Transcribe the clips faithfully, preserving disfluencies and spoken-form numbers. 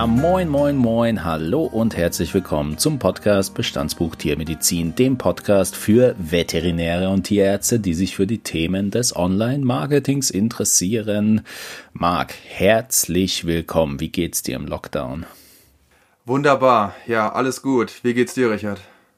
Ja, moin, moin, moin, hallo und herzlich willkommen zum Podcast Bestandsbuch Tiermedizin, dem Podcast für Veterinäre und Tierärzte, die sich für die Themen des Online-Marketings interessieren. Marc, herzlich willkommen. Wie geht's dir im Lockdown? Wunderbar, ja, alles gut. Wie geht's dir, Richard?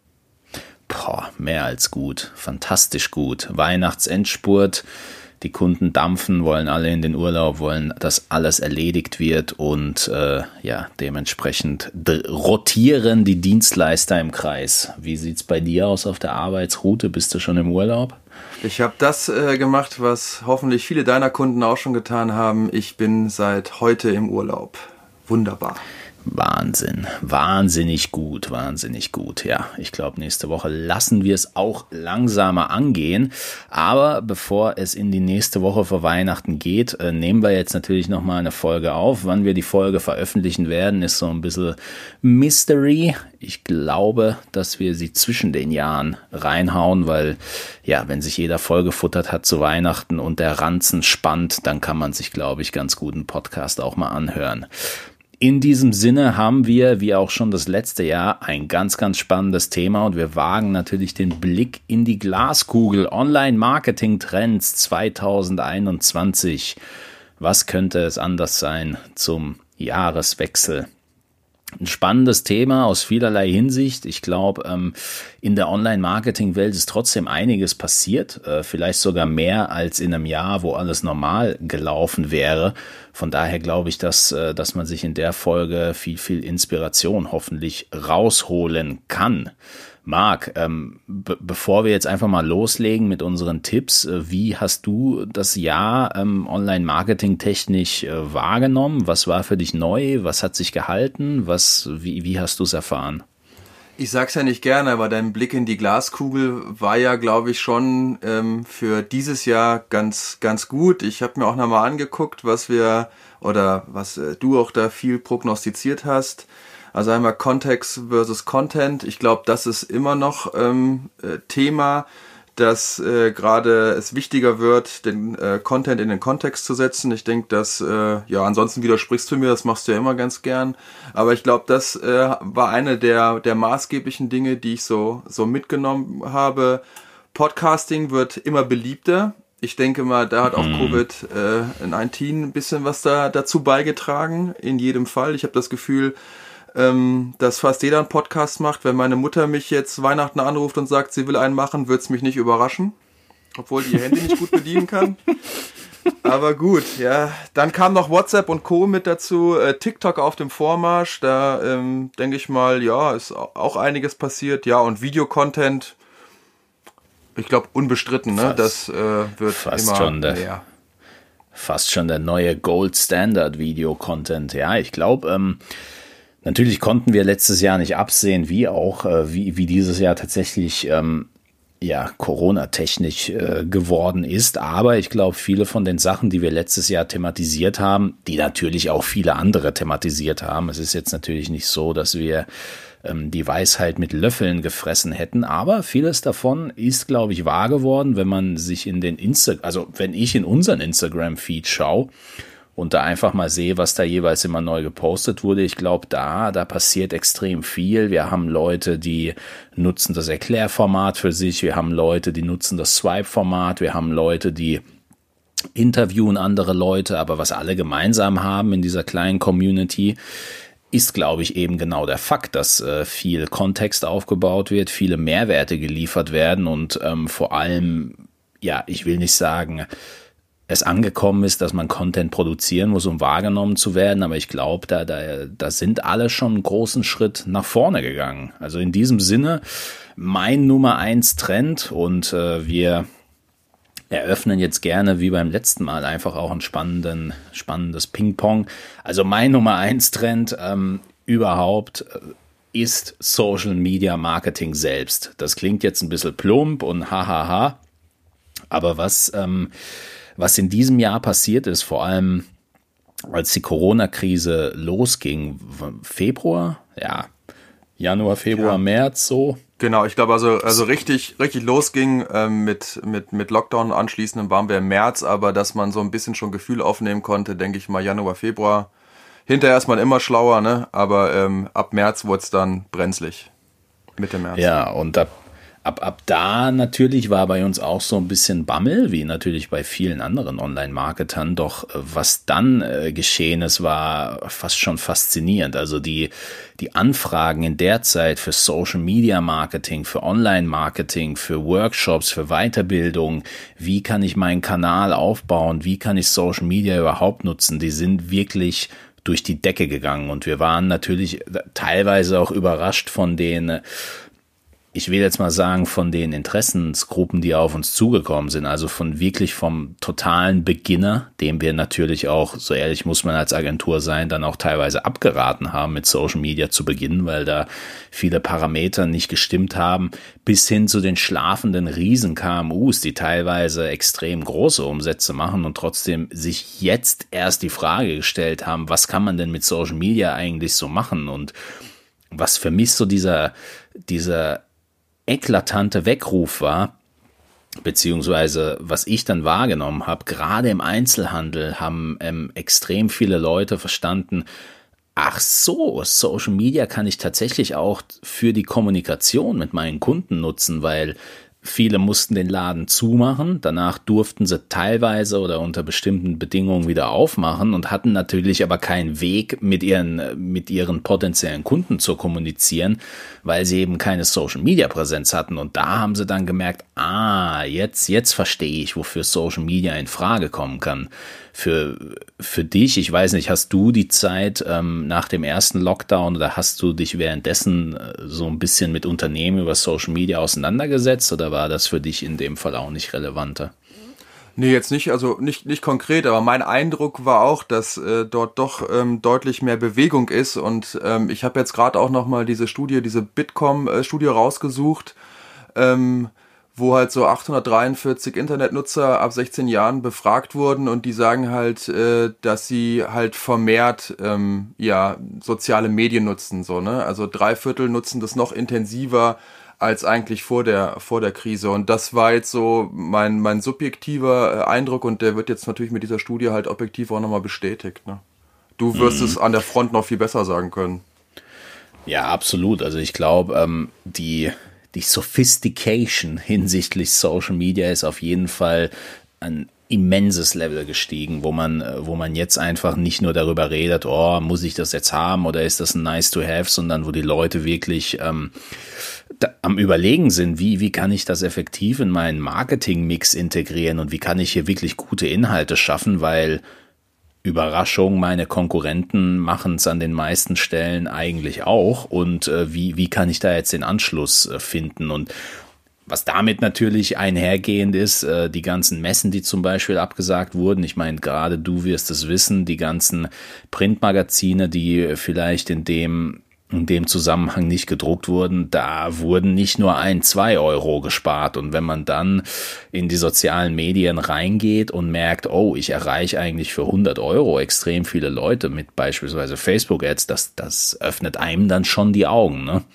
Boah, mehr als gut, fantastisch gut. Weihnachtsendspurt. Die Kunden dampfen, wollen alle in den Urlaub, wollen, dass alles erledigt wird und äh, ja, dementsprechend d- rotieren die Dienstleister im Kreis. Wie sieht's bei dir aus auf der Arbeitsroute? Bist du schon im Urlaub? Ich habe das äh, gemacht, was hoffentlich viele deiner Kunden auch schon getan haben. Ich bin seit heute im Urlaub. Wunderbar. Wahnsinn, wahnsinnig gut, wahnsinnig gut. Ja, ich glaube, nächste Woche lassen wir es auch langsamer angehen. Aber bevor es in die nächste Woche vor Weihnachten geht, äh, nehmen wir jetzt natürlich nochmal eine Folge auf. Wann wir die Folge veröffentlichen werden, ist so ein bisschen Mystery. Ich glaube, dass wir sie zwischen den Jahren reinhauen, weil ja, wenn sich jeder vollgefuttert hat zu Weihnachten und der Ranzen spannt, dann kann man sich, glaube ich, ganz guten Podcast auch mal anhören. In diesem Sinne haben wir, wie auch schon das letzte Jahr, ein ganz, ganz spannendes Thema und wir wagen natürlich den Blick in die Glaskugel. Online-Marketing-Trends zwanzig einundzwanzig. Was könnte es anders sein zum Jahreswechsel? Ein spannendes Thema aus vielerlei Hinsicht. Ich glaube, in der Online-Marketing-Welt ist trotzdem einiges passiert. Vielleicht sogar mehr als in einem Jahr, wo alles normal gelaufen wäre. Von daher glaube ich, dass, dass man sich in der Folge viel, viel Inspiration hoffentlich rausholen kann. Marc, ähm, be- bevor wir jetzt einfach mal loslegen mit unseren Tipps, äh, wie hast du das Jahr ähm, Online-Marketing-technisch äh, wahrgenommen? Was war für dich neu? Was hat sich gehalten? Was, wie, wie hast du es erfahren? Ich sag's ja nicht gerne, aber dein Blick in die Glaskugel war ja, glaube ich, schon ähm, für dieses Jahr ganz, ganz gut. Ich habe mir auch nochmal angeguckt, was wir oder was äh, du auch da viel prognostiziert hast. Also einmal Kontext versus Content. Ich glaube, das ist immer noch ähm, äh, Thema, dass äh, gerade es wichtiger wird, den äh, Content in den Kontext zu setzen. Ich denke, dass, äh, ja, ansonsten widersprichst du mir, das machst du ja immer ganz gern. Aber ich glaube, das äh, war eine der der maßgeblichen Dinge, die ich so so mitgenommen habe. Podcasting wird immer beliebter. Ich denke mal, da hat auch Mhm. Covid neunzehn ein bisschen was da dazu beigetragen, in jedem Fall. Ich habe das Gefühl, ähm, dass fast jeder einen Podcast macht. Wenn meine Mutter mich jetzt Weihnachten anruft und sagt, sie will einen machen, wird es mich nicht überraschen. Obwohl die ihr Handy nicht gut bedienen kann. Aber gut, ja. Dann kam noch WhatsApp und Co. mit dazu. Äh, TikTok auf dem Vormarsch. Da ähm, denke ich mal, ja, ist auch einiges passiert. Ja, und Videocontent, ich glaube, unbestritten, ne? Fast- Das äh, wird fast immer schon der- mehr. Fast schon der neue Gold Standard Video-Content. Ja, ich glaube, ähm, natürlich konnten wir letztes Jahr nicht absehen, wie auch, äh, wie, wie dieses Jahr tatsächlich ähm, ja, Corona-technisch äh, geworden ist. Aber ich glaube, viele von den Sachen, die wir letztes Jahr thematisiert haben, die natürlich auch viele andere thematisiert haben. Es ist jetzt natürlich nicht so, dass wir ähm, die Weisheit mit Löffeln gefressen hätten. Aber vieles davon ist, glaube ich, wahr geworden, wenn man sich in den Insta, also wenn ich in unseren Instagram-Feed schaue, und da einfach mal sehe, was da jeweils immer neu gepostet wurde. Ich glaube, da, da passiert extrem viel. Wir haben Leute, die nutzen das Erklärformat für sich. Wir haben Leute, die nutzen das Swipe-Format. Wir haben Leute, die interviewen andere Leute. Aber was alle gemeinsam haben in dieser kleinen Community, ist, glaube ich, eben genau der Fakt, dass äh, viel Kontext aufgebaut wird, viele Mehrwerte geliefert werden und ähm, vor allem, ja, ich will nicht sagen, es angekommen ist, dass man Content produzieren muss, um wahrgenommen zu werden. Aber ich glaube, da, da, da sind alle schon einen großen Schritt nach vorne gegangen. Also in diesem Sinne, mein Nummer eins Trend und äh, wir eröffnen jetzt gerne, wie beim letzten Mal, einfach auch ein spannenden, spannendes Ping-Pong. Also mein Nummer eins Trend ähm, überhaupt äh, ist Social Media Marketing selbst. Das klingt jetzt ein bisschen plump und hahaha. Aber was, ähm, was in diesem Jahr passiert ist, vor allem als die Corona-Krise losging, Februar, ja, Januar, Februar, Ja. März, so. Genau, ich glaube, also also richtig richtig losging ähm, mit mit mit Lockdown anschließend waren wir im März, aber dass man so ein bisschen schon Gefühl aufnehmen konnte, denke ich mal Januar, Februar. Hinterher ist man immer schlauer, ne? Aber ähm, ab März wurde es dann brenzlig. Mitte März. Ja, und ab, ab, ab da natürlich war bei uns auch so ein bisschen Bammel, wie natürlich bei vielen anderen Online-Marketern. Doch was dann äh, geschehen ist, war fast schon faszinierend. Also die, die Anfragen in der Zeit für Social-Media-Marketing, für Online-Marketing, für Workshops, für Weiterbildung, wie kann ich meinen Kanal aufbauen, wie kann ich Social Media überhaupt nutzen, die sind wirklich durch die Decke gegangen. Und wir waren natürlich teilweise auch überrascht von den, ich will jetzt mal sagen, von den Interessensgruppen, die auf uns zugekommen sind. Also von wirklich vom totalen Beginner, dem wir natürlich auch, so ehrlich muss man als Agentur sein, dann auch teilweise abgeraten haben, mit Social Media zu beginnen, weil da viele Parameter nicht gestimmt haben, bis hin zu den schlafenden Riesen-K M Us, die teilweise extrem große Umsätze machen und trotzdem sich jetzt erst die Frage gestellt haben, was kann man denn mit Social Media eigentlich so machen? Und was für mich so dieser, dieser eklatante Weckruf war, beziehungsweise was ich dann wahrgenommen habe, gerade im Einzelhandel haben ähm, extrem viele Leute verstanden, ach so, Social Media kann ich tatsächlich auch für die Kommunikation mit meinen Kunden nutzen, weil viele mussten den Laden zumachen, danach durften sie teilweise oder unter bestimmten Bedingungen wieder aufmachen und hatten natürlich aber keinen Weg, mit ihren, mit ihren potenziellen Kunden zu kommunizieren, weil sie eben keine Social-Media-Präsenz hatten. Und da haben sie dann gemerkt, ah, jetzt, jetzt verstehe ich, wofür Social Media in Frage kommen kann. Für, für dich, ich weiß nicht, hast du die Zeit ähm, nach dem ersten Lockdown oder hast du dich währenddessen äh, so ein bisschen mit Unternehmen über Social Media auseinandergesetzt oder war das für dich in dem Fall auch nicht relevanter? Nee, jetzt nicht, also nicht, nicht konkret, aber mein Eindruck war auch, dass äh, dort doch ähm, deutlich mehr Bewegung ist und ähm, ich habe jetzt gerade auch nochmal diese Studie, diese Bitkom-Studie rausgesucht, ähm, wo halt so achthundertdreiundvierzig Internetnutzer ab sechzehn Jahren befragt wurden und die sagen halt, äh, dass sie halt vermehrt ähm, ja soziale Medien nutzen, so, ne? Also drei Viertel nutzen das noch intensiver als eigentlich vor der vor der Krise und das war jetzt so mein mein subjektiver Eindruck und der wird jetzt natürlich mit dieser Studie halt objektiv auch nochmal bestätigt, ne? Du wirst mhm. es an der Front noch viel besser sagen können. Ja, absolut. Also ich glaube, ähm, die Die Sophistication hinsichtlich Social Media ist auf jeden Fall ein immenses Level gestiegen, wo man, wo man jetzt einfach nicht nur darüber redet, oh, muss ich das jetzt haben oder ist das ein nice to have, sondern wo die Leute wirklich ähm, da, am Überlegen sind, wie, wie kann ich das effektiv in meinen Marketing-Mix integrieren und wie kann ich hier wirklich gute Inhalte schaffen, weil Überraschung, meine Konkurrenten machen es an den meisten Stellen eigentlich auch und äh, wie, wie kann ich da jetzt den Anschluss äh, finden und was damit natürlich einhergehend ist, äh, die ganzen Messen, die zum Beispiel abgesagt wurden, ich meine, gerade du wirst es wissen, die ganzen Printmagazine, die vielleicht in dem in dem Zusammenhang nicht gedruckt wurden, da wurden nicht nur ein, zwei Euro gespart. Und wenn man dann in die sozialen Medien reingeht und merkt, oh, ich erreiche eigentlich für hundert Euro extrem viele Leute mit beispielsweise Facebook-Ads, das, das öffnet einem dann schon die Augen, ne?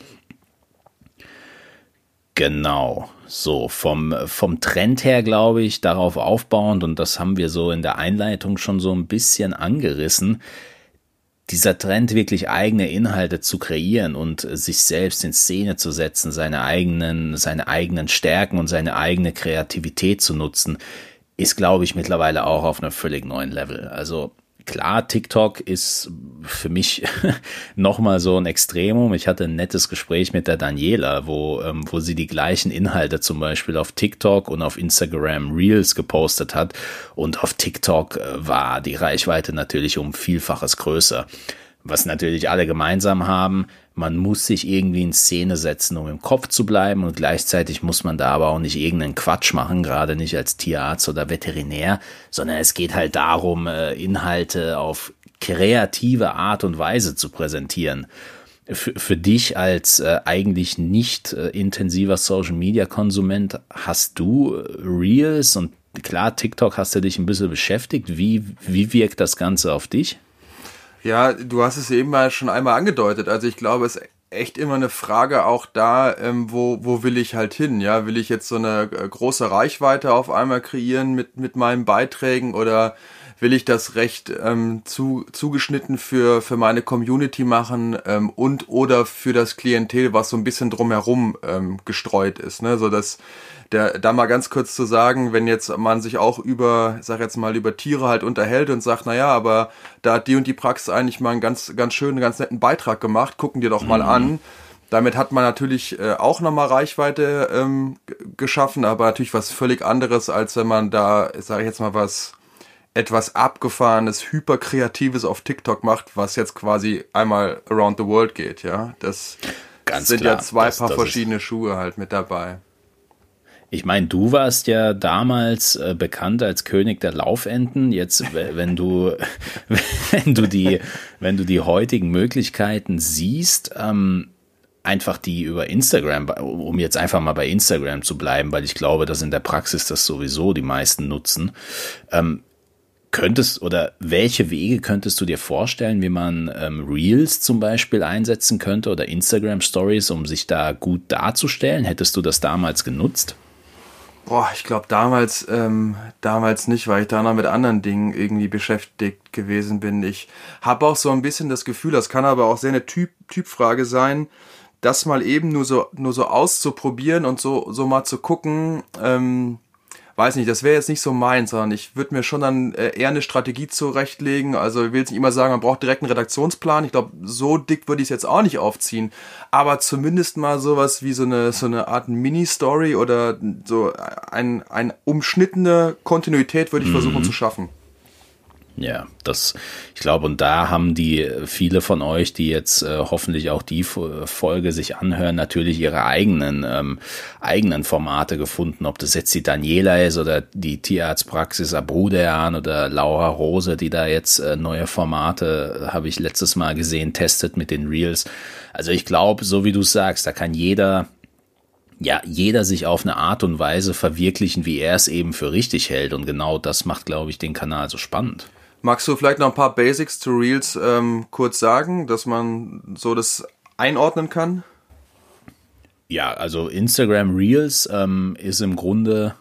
Genau, so vom, vom Trend her glaube ich, darauf aufbauend, und das haben wir so in der Einleitung schon so ein bisschen angerissen, dieser Trend, wirklich eigene Inhalte zu kreieren und sich selbst in Szene zu setzen, seine eigenen, seine eigenen Stärken und seine eigene Kreativität zu nutzen, ist, glaube ich, mittlerweile auch auf einem völlig neuen Level. Also klar, TikTok ist für mich nochmal so ein Extremum. Ich hatte ein nettes Gespräch mit der Daniela, wo, ähm, wo sie die gleichen Inhalte zum Beispiel auf TikTok und auf Instagram Reels gepostet hat. Und auf TikTok äh, war die Reichweite natürlich um Vielfaches größer. Was natürlich alle gemeinsam haben, man muss sich irgendwie in Szene setzen, um im Kopf zu bleiben und gleichzeitig muss man da aber auch nicht irgendeinen Quatsch machen, gerade nicht als Tierarzt oder Veterinär, sondern es geht halt darum, Inhalte auf kreative Art und Weise zu präsentieren. Für, für dich als äh, eigentlich nicht äh, intensiver Social-Media-Konsument, hast du Reels und klar, TikTok hast du dich ein bisschen beschäftigt. Wie, wie wirkt das Ganze auf dich? Ja, du hast es eben mal schon einmal angedeutet. Also ich glaube, es ist echt immer eine Frage auch da, ähm, wo wo will ich halt hin? Ja, will ich jetzt so eine äh, große Reichweite auf einmal kreieren mit mit meinen Beiträgen oder will ich das recht ähm, zu, zugeschnitten für, für meine Community machen ähm, und oder für das Klientel, was so ein bisschen drumherum ähm, gestreut ist. Ne? So dass der, da mal ganz kurz zu sagen, wenn jetzt man sich auch über, sag jetzt mal, über Tiere halt unterhält und sagt, naja, aber da hat die und die Praxis eigentlich mal einen ganz, ganz schönen, ganz netten Beitrag gemacht, gucken dir doch mal mhm. an. Damit hat man natürlich äh, auch nochmal Reichweite ähm, g- geschaffen, aber natürlich was völlig anderes, als wenn man da, sage ich jetzt mal, was etwas abgefahrenes, hyperkreatives auf TikTok macht, was jetzt quasi einmal around the world geht, ja. Das Ganz sind klar. ja zwei das, Paar das verschiedene ist, Schuhe halt mit dabei. Ich meine, du warst ja damals äh, bekannt als König der Laufenten. Jetzt, wenn du, wenn du die, wenn du die heutigen Möglichkeiten siehst, ähm, einfach die über Instagram, um jetzt einfach mal bei Instagram zu bleiben, weil ich glaube, dass in der Praxis das sowieso die meisten nutzen. Ähm, könntest oder welche Wege könntest du dir vorstellen, wie man ähm, Reels zum Beispiel einsetzen könnte oder Instagram Stories, um sich da gut darzustellen? Hättest du das damals genutzt? Boah, ich glaube damals, ähm, damals nicht, weil ich da noch mit anderen Dingen irgendwie beschäftigt gewesen bin. Ich habe auch so ein bisschen das Gefühl, das kann aber auch sehr eine Typ, Typfrage sein, das mal eben nur so, nur so auszuprobieren und so, so mal zu gucken, ähm, weiß nicht, das wäre jetzt nicht so meins, sondern ich würde mir schon dann äh, eher eine Strategie zurechtlegen. Also ich will jetzt nicht immer sagen, man braucht direkt einen Redaktionsplan. Ich glaube, so dick würde ich es jetzt auch nicht aufziehen. Aber zumindest mal sowas wie so eine so eine Art Mini-Story oder so ein, ein umschnittene Kontinuität würde ich versuchen mhm. zu schaffen. Ja, das, ich glaube, und da haben die, viele von euch, die jetzt äh, hoffentlich auch die Folge sich anhören, natürlich ihre eigenen, ähm, eigenen Formate gefunden. Ob das jetzt die Daniela ist oder die Tierarztpraxis Abrudean oder Laura Rose, die da jetzt äh, neue Formate, habe ich letztes Mal gesehen, testet mit den Reels. Also ich glaube, so wie du sagst, da kann jeder ja, jeder sich auf eine Art und Weise verwirklichen, wie er es eben für richtig hält. Und genau das macht, glaube ich, den Kanal so spannend. Magst du vielleicht noch ein paar Basics zu Reels ähm, kurz sagen, dass man so das einordnen kann? Ja, also Instagram Reels ähm, ist im Grunde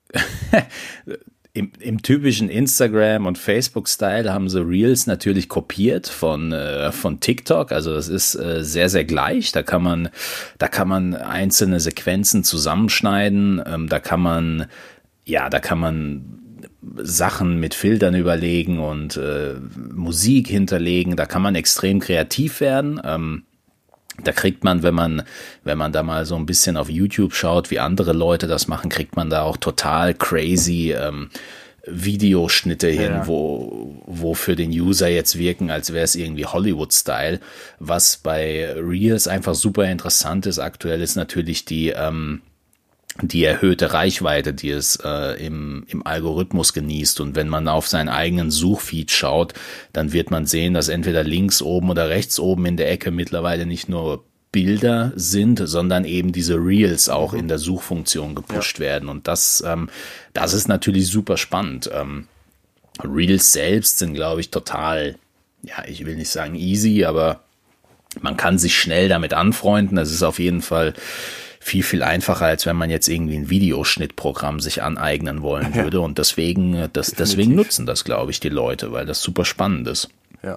im, im typischen Instagram- und Facebook-Style haben sie Reels natürlich kopiert von äh, von TikTok. Also das ist äh, sehr, sehr gleich. Da kann man, da kann man einzelne Sequenzen zusammenschneiden. Ähm, da kann man, ja, da kann man Sachen mit Filtern überlegen und äh, Musik hinterlegen. Da kann man extrem kreativ werden. Ähm, da kriegt man, wenn man, wenn man da mal so ein bisschen auf YouTube schaut, wie andere Leute das machen, kriegt man da auch total crazy ähm, Videoschnitte hin, ja. wo, wo für den User jetzt wirken, als wäre es irgendwie Hollywood-Style. Was bei Reels einfach super interessant ist aktuell, ist natürlich die ähm, die erhöhte Reichweite, die es äh, im, im Algorithmus genießt. Und wenn man auf seinen eigenen Suchfeed schaut, dann wird man sehen, dass entweder links oben oder rechts oben in der Ecke mittlerweile nicht nur Bilder sind, sondern eben diese Reels auch mhm. in der Suchfunktion gepusht ja. werden. Und das, ähm, das ist natürlich super spannend. Ähm, Reels selbst sind, glaube ich, total, ja, ich will nicht sagen easy, aber man kann sich schnell damit anfreunden. Das ist auf jeden Fall viel, viel einfacher, als wenn man jetzt irgendwie ein Videoschnittprogramm sich aneignen wollen würde. Und deswegen, das, deswegen nutzen das, glaube ich, die Leute, weil das super spannend ist. Ja.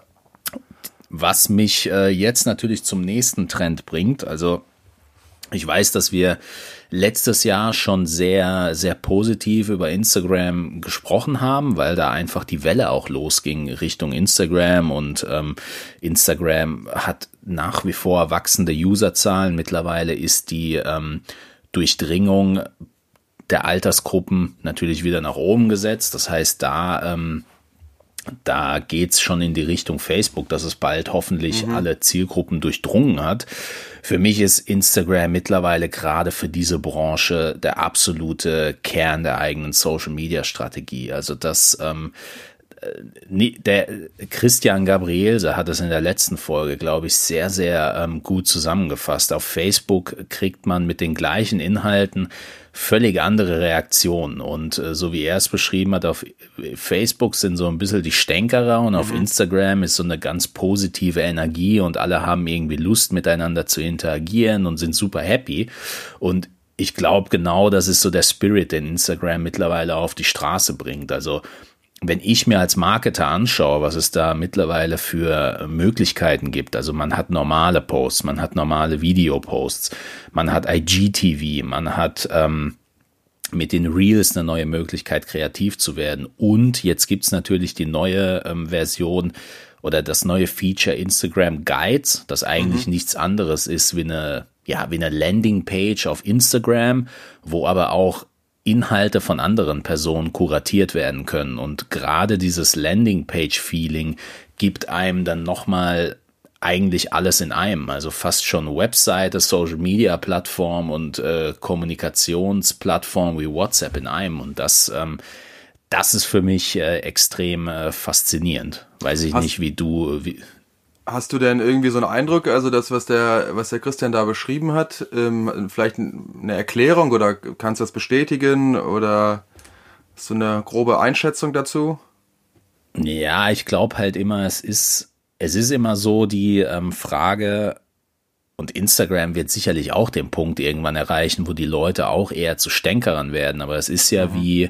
Was mich äh, jetzt natürlich zum nächsten Trend bringt, also ich weiß, dass wir letztes Jahr schon sehr, sehr positiv über Instagram gesprochen haben, weil da einfach die Welle auch losging Richtung Instagram und ähm, Instagram hat nach wie vor wachsende Userzahlen. Mittlerweile ist die ähm, Durchdringung der Altersgruppen natürlich wieder nach oben gesetzt. Das heißt, da ähm, Da geht's schon in die Richtung Facebook, dass es bald hoffentlich mhm. alle Zielgruppen durchdrungen hat. Für mich ist Instagram mittlerweile gerade für diese Branche der absolute Kern der eigenen Social-Media-Strategie. Also das, ähm, der Christian Gabrielse hat es in der letzten Folge, glaube ich, sehr, sehr ähm, gut zusammengefasst. Auf Facebook kriegt man mit den gleichen Inhalten völlig andere Reaktionen. Und äh, so wie er es beschrieben hat, auf Facebook sind so ein bisschen die Stänkerer und mhm. auf Instagram ist so eine ganz positive Energie und alle haben irgendwie Lust, miteinander zu interagieren und sind super happy. Und ich glaube, genau das ist so der Spirit, den Instagram mittlerweile auf die Straße bringt. Also wenn ich mir als Marketer anschaue, was es da mittlerweile für Möglichkeiten gibt, also man hat normale Posts, man hat normale Videoposts, man hat I G T V, man hat ähm, mit den Reels eine neue Möglichkeit, kreativ zu werden. Und jetzt gibt's natürlich die neue ähm, Version oder das neue Feature Instagram Guides, das eigentlich mhm. nichts anderes ist wie eine, ja, wie eine Landingpage auf Instagram, wo aber auch Inhalte von anderen Personen kuratiert werden können. Und gerade dieses Landingpage-Feeling gibt einem dann nochmal eigentlich alles in einem. Also fast schon Webseite, Social-Media-Plattform und äh, Kommunikationsplattform wie WhatsApp in einem. Und das, ähm, das ist für mich äh, extrem äh, faszinierend. Weiß ich hast, nicht, wie du... Wie, hast du denn irgendwie so einen Eindruck, also das, was der, was der Christian da beschrieben hat, ähm, vielleicht eine Erklärung oder kannst du das bestätigen oder hast du eine grobe Einschätzung dazu? Ja, ich glaube halt immer, es ist, es ist immer so die ähm, Frage, und Instagram wird sicherlich auch den Punkt irgendwann erreichen, wo die Leute auch eher zu Stänkerern werden, aber es ist ja mhm. wie,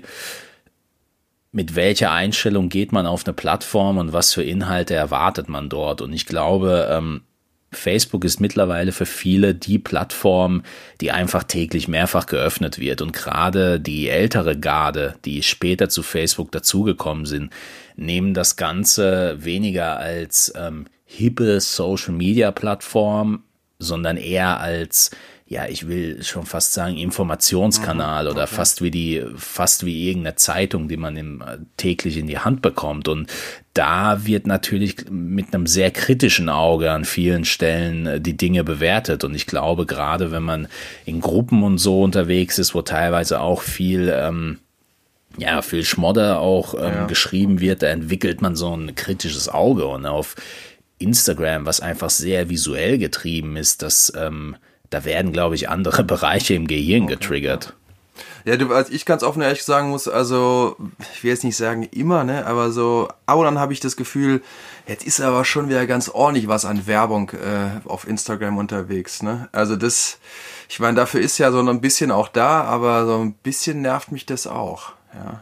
mit welcher Einstellung geht man auf eine Plattform und was für Inhalte erwartet man dort? Und ich glaube, ähm, Facebook ist mittlerweile für viele die Plattform, die einfach täglich mehrfach geöffnet wird. Und gerade die ältere Garde, die später zu Facebook dazugekommen sind, nehmen das Ganze weniger als ähm, hippe Social-Media-Plattform, sondern eher als, ja, ich will schon fast sagen, Informationskanal mhm, okay. oder fast wie die, fast wie irgendeine Zeitung, die man im, täglich in die Hand bekommt. Und da wird natürlich mit einem sehr kritischen Auge an vielen Stellen die Dinge bewertet. Und ich glaube, gerade wenn man in Gruppen und so unterwegs ist, wo teilweise auch viel, ähm, ja, viel Schmodder auch ähm, ja. geschrieben wird, da entwickelt man so ein kritisches Auge. Und auf Instagram, was einfach sehr visuell getrieben ist, das, ähm, da werden, glaube ich, andere Bereiche im Gehirn okay, getriggert. Ja, ja du, also ich ganz offen ehrlich sagen muss, also ich will jetzt nicht sagen immer, ne, aber so, aber dann habe ich das Gefühl, jetzt ist aber schon wieder ganz ordentlich was an Werbung äh, auf Instagram unterwegs, ne? Also das, ich meine, dafür ist ja so ein bisschen auch da, aber so ein bisschen nervt mich das auch, ja.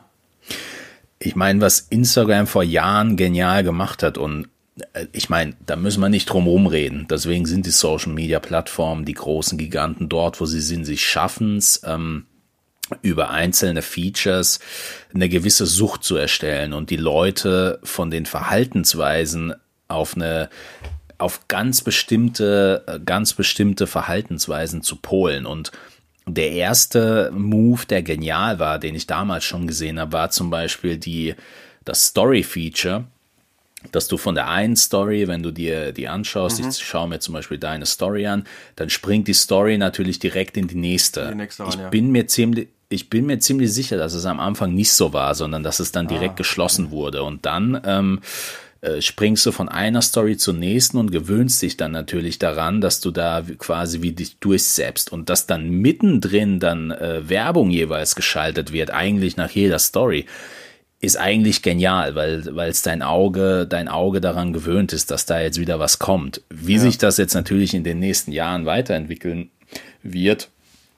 Ich meine, was Instagram vor Jahren genial gemacht hat und ich meine, da müssen wir nicht drum rumreden. Deswegen sind die Social-Media-Plattformen, die großen Giganten dort, wo sie sind, sie schaffen es, ähm, über einzelne Features eine gewisse Sucht zu erstellen und die Leute von den Verhaltensweisen auf eine, auf ganz bestimmte, ganz bestimmte Verhaltensweisen zu polen. Und der erste Move, der genial war, den ich damals schon gesehen habe, war zum Beispiel die, das Story-Feature, dass du von der einen Story, wenn du dir die anschaust, mhm. ich schaue mir zum Beispiel deine Story an, dann springt die Story natürlich direkt in die nächste. Die nächste ran, ich ja. bin mir ziemlich, ich bin mir ziemlich sicher, dass es am Anfang nicht so war, sondern dass es dann direkt ah, geschlossen okay. wurde. Und dann ähm, äh, springst du von einer Story zur nächsten und gewöhnst dich dann natürlich daran, dass du da quasi wie dich durchsäppst und dass dann mittendrin dann äh, Werbung jeweils geschaltet wird, eigentlich nach jeder Story. Ist eigentlich genial, weil weil es dein Auge, dein Auge daran gewöhnt ist, dass da jetzt wieder was kommt. Wie ja. sich das jetzt natürlich in den nächsten Jahren weiterentwickeln wird,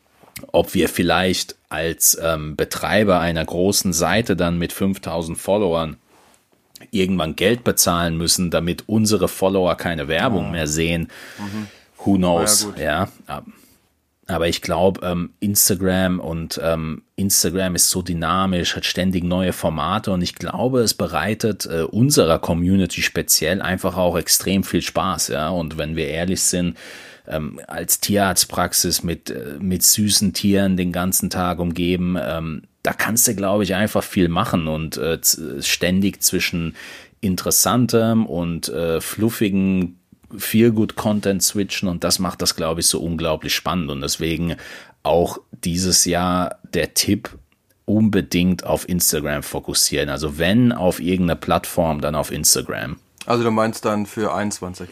ob wir vielleicht als ähm, Betreiber einer großen Seite dann mit fünftausend Followern irgendwann Geld bezahlen müssen, damit unsere Follower keine Werbung oh. mehr sehen, mhm. who knows, ja, ja. Aber ich glaube, ähm, Instagram und ähm, Instagram ist so dynamisch, hat ständig neue Formate und ich glaube, es bereitet äh, unserer Community speziell einfach auch extrem viel Spaß, ja. Und wenn wir ehrlich sind, ähm, als Tierarztpraxis mit äh, mit süßen Tieren den ganzen Tag umgeben, ähm, da kannst du, glaube ich, einfach viel machen und äh, z- ständig zwischen interessantem und äh, fluffigen Feel-Good-Content switchen und das macht das, glaube ich, so unglaublich spannend und deswegen auch dieses Jahr der Tipp, unbedingt auf Instagram fokussieren. Also wenn auf irgendeine Plattform, dann auf Instagram. Also du meinst dann für einundzwanzig?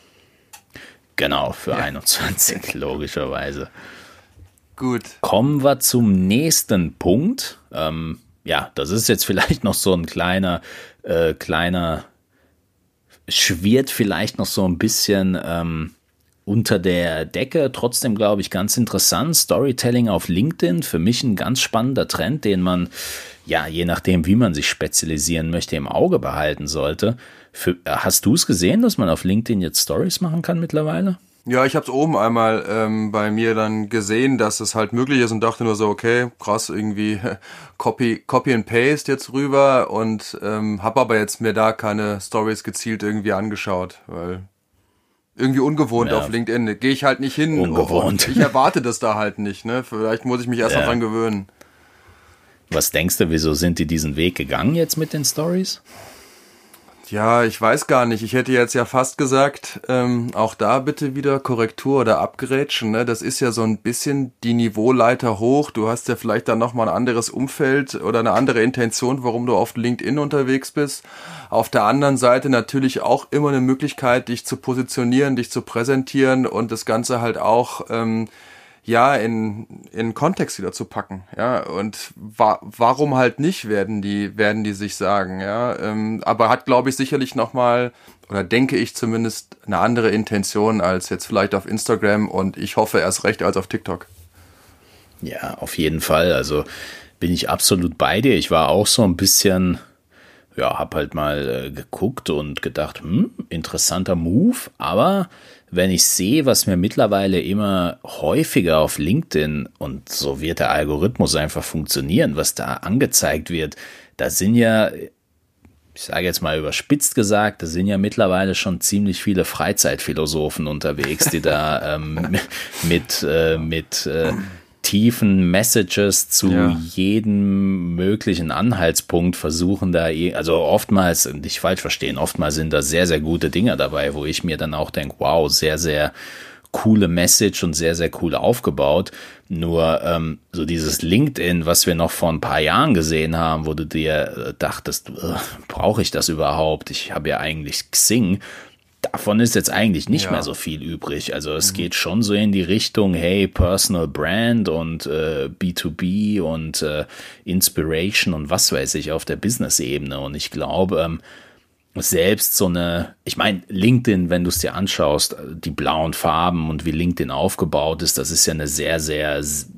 Genau, für ja. einundzwanzig, logischerweise. Gut. Kommen wir zum nächsten Punkt. Ähm, ja, das ist jetzt vielleicht noch so ein kleiner, äh, kleiner schwirrt vielleicht noch so ein bisschen ähm, unter der Decke. Trotzdem, glaube ich, ganz interessant. Storytelling auf LinkedIn, für mich ein ganz spannender Trend, den man, ja, je nachdem, wie man sich spezialisieren möchte, im Auge behalten sollte. Für, hast du es gesehen, dass man auf LinkedIn jetzt Stories machen kann mittlerweile? Ja, ich habe es oben einmal ähm, bei mir dann gesehen, dass es halt möglich ist und dachte nur so, okay, krass, irgendwie Copy, Copy and Paste jetzt rüber und ähm, habe aber jetzt mir da keine Stories gezielt irgendwie angeschaut, weil irgendwie ungewohnt Ja. auf LinkedIn. Gehe ich halt nicht hin. Ungewohnt. Ich erwarte das da halt nicht, ne? Vielleicht muss ich mich erst Ja. noch dran gewöhnen. Was denkst du, wieso sind die diesen Weg gegangen jetzt mit den Stories? Ja, ich weiß gar nicht. Ich hätte jetzt ja fast gesagt, ähm, auch da bitte wieder Korrektur oder Abgrätschen. Ne? Das ist ja so ein bisschen die Niveauleiter hoch. Du hast ja vielleicht dann nochmal ein anderes Umfeld oder eine andere Intention, warum du auf LinkedIn unterwegs bist. Auf der anderen Seite natürlich auch immer eine Möglichkeit, dich zu positionieren, dich zu präsentieren und das Ganze halt auch ähm, ja, in, in Kontext wieder zu packen, ja, und wa- warum halt nicht, werden die, werden die sich sagen, ja, ähm, aber hat, glaube ich, sicherlich nochmal, oder denke ich zumindest, eine andere Intention als jetzt vielleicht auf Instagram und ich hoffe erst recht als auf TikTok. Ja, auf jeden Fall, also bin ich absolut bei dir. Ich war auch so ein bisschen, ja, hab halt mal äh, geguckt und gedacht, hm, interessanter Move, aber wenn ich sehe, was mir mittlerweile immer häufiger auf LinkedIn, und so wird der Algorithmus einfach funktionieren, was da angezeigt wird, da sind ja, ich sage jetzt mal überspitzt gesagt, da sind ja mittlerweile schon ziemlich viele Freizeitphilosophen unterwegs, die da ähm, mit, äh, mit äh, tiefen Messages zu Ja. jedem möglichen Anhaltspunkt versuchen da, also oftmals, nicht falsch verstehen, oftmals sind da sehr, sehr gute Dinge dabei, wo ich mir dann auch denke, wow, sehr, sehr coole Message und sehr, sehr cool aufgebaut. Nur ähm, so dieses LinkedIn, was wir noch vor ein paar Jahren gesehen haben, wo du dir äh, dachtest, äh, brauche ich das überhaupt? Ich habe ja eigentlich Xing. Davon ist jetzt eigentlich nicht Ja. mehr so viel übrig. Also es mhm. geht schon so in die Richtung, hey, Personal Brand und äh, B zwei B und äh, Inspiration und was weiß ich auf der Business-Ebene. Und ich glaube, ähm, selbst so eine, ich meine, LinkedIn, wenn du es dir anschaust, die blauen Farben und wie LinkedIn aufgebaut ist, das ist ja eine sehr, sehr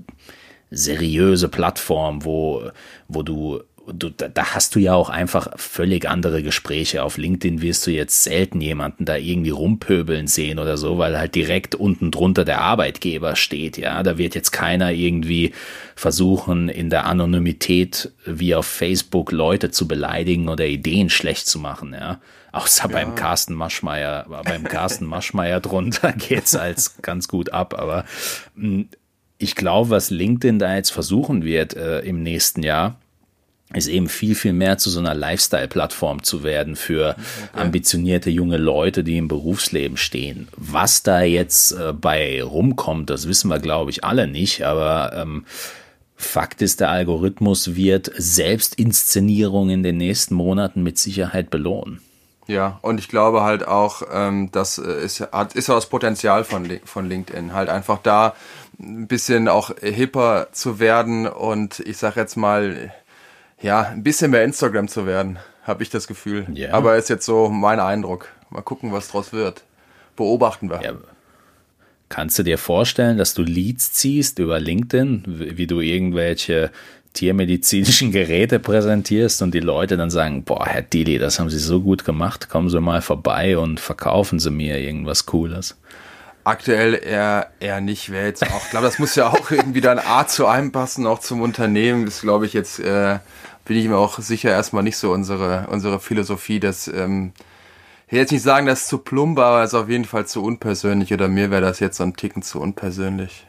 seriöse Plattform, wo, wo du Du, da hast du ja auch einfach völlig andere Gespräche. Auf LinkedIn wirst du jetzt selten jemanden da irgendwie rumpöbeln sehen oder so, weil halt direkt unten drunter der Arbeitgeber steht. Ja, da wird jetzt keiner irgendwie versuchen, in der Anonymität wie auf Facebook Leute zu beleidigen oder Ideen schlecht zu machen. Ja, außer ja. beim Carsten Maschmeyer, beim Carsten Maschmeyer drunter geht's als ganz gut ab. Aber mh, ich glaube, was LinkedIn da jetzt versuchen wird äh, im nächsten Jahr, ist eben viel, viel mehr zu so einer Lifestyle-Plattform zu werden für okay. ambitionierte junge Leute, die im Berufsleben stehen. Was da jetzt äh, bei rumkommt, das wissen wir, glaube ich, alle nicht, aber ähm, Fakt ist, der Algorithmus wird Selbstinszenierung in den nächsten Monaten mit Sicherheit belohnen. Ja, und ich glaube halt auch, ähm, das ist, hat, ist auch das Potenzial von, von LinkedIn, halt einfach da ein bisschen auch hipper zu werden und ich sag jetzt mal, ja, ein bisschen mehr Instagram zu werden, habe ich das Gefühl. Ja. Aber ist jetzt so mein Eindruck. Mal gucken, was draus wird. Beobachten wir. Ja. Kannst du dir vorstellen, dass du Leads ziehst über LinkedIn, wie du irgendwelche tiermedizinischen Geräte präsentierst und die Leute dann sagen, boah, Herr Dili, das haben Sie so gut gemacht, kommen Sie mal vorbei und verkaufen Sie mir irgendwas Cooles? Aktuell eher, eher nicht, wäre jetzt auch, ich glaube, das muss ja auch irgendwie dann A zu einem passen, auch zum Unternehmen. Das glaube ich jetzt, äh, bin ich mir auch sicher erstmal nicht so unsere, unsere Philosophie, dass, ähm, ich will jetzt nicht sagen, das ist zu plump, aber es ist auf jeden Fall zu unpersönlich oder mir wäre das jetzt so ein Ticken zu unpersönlich.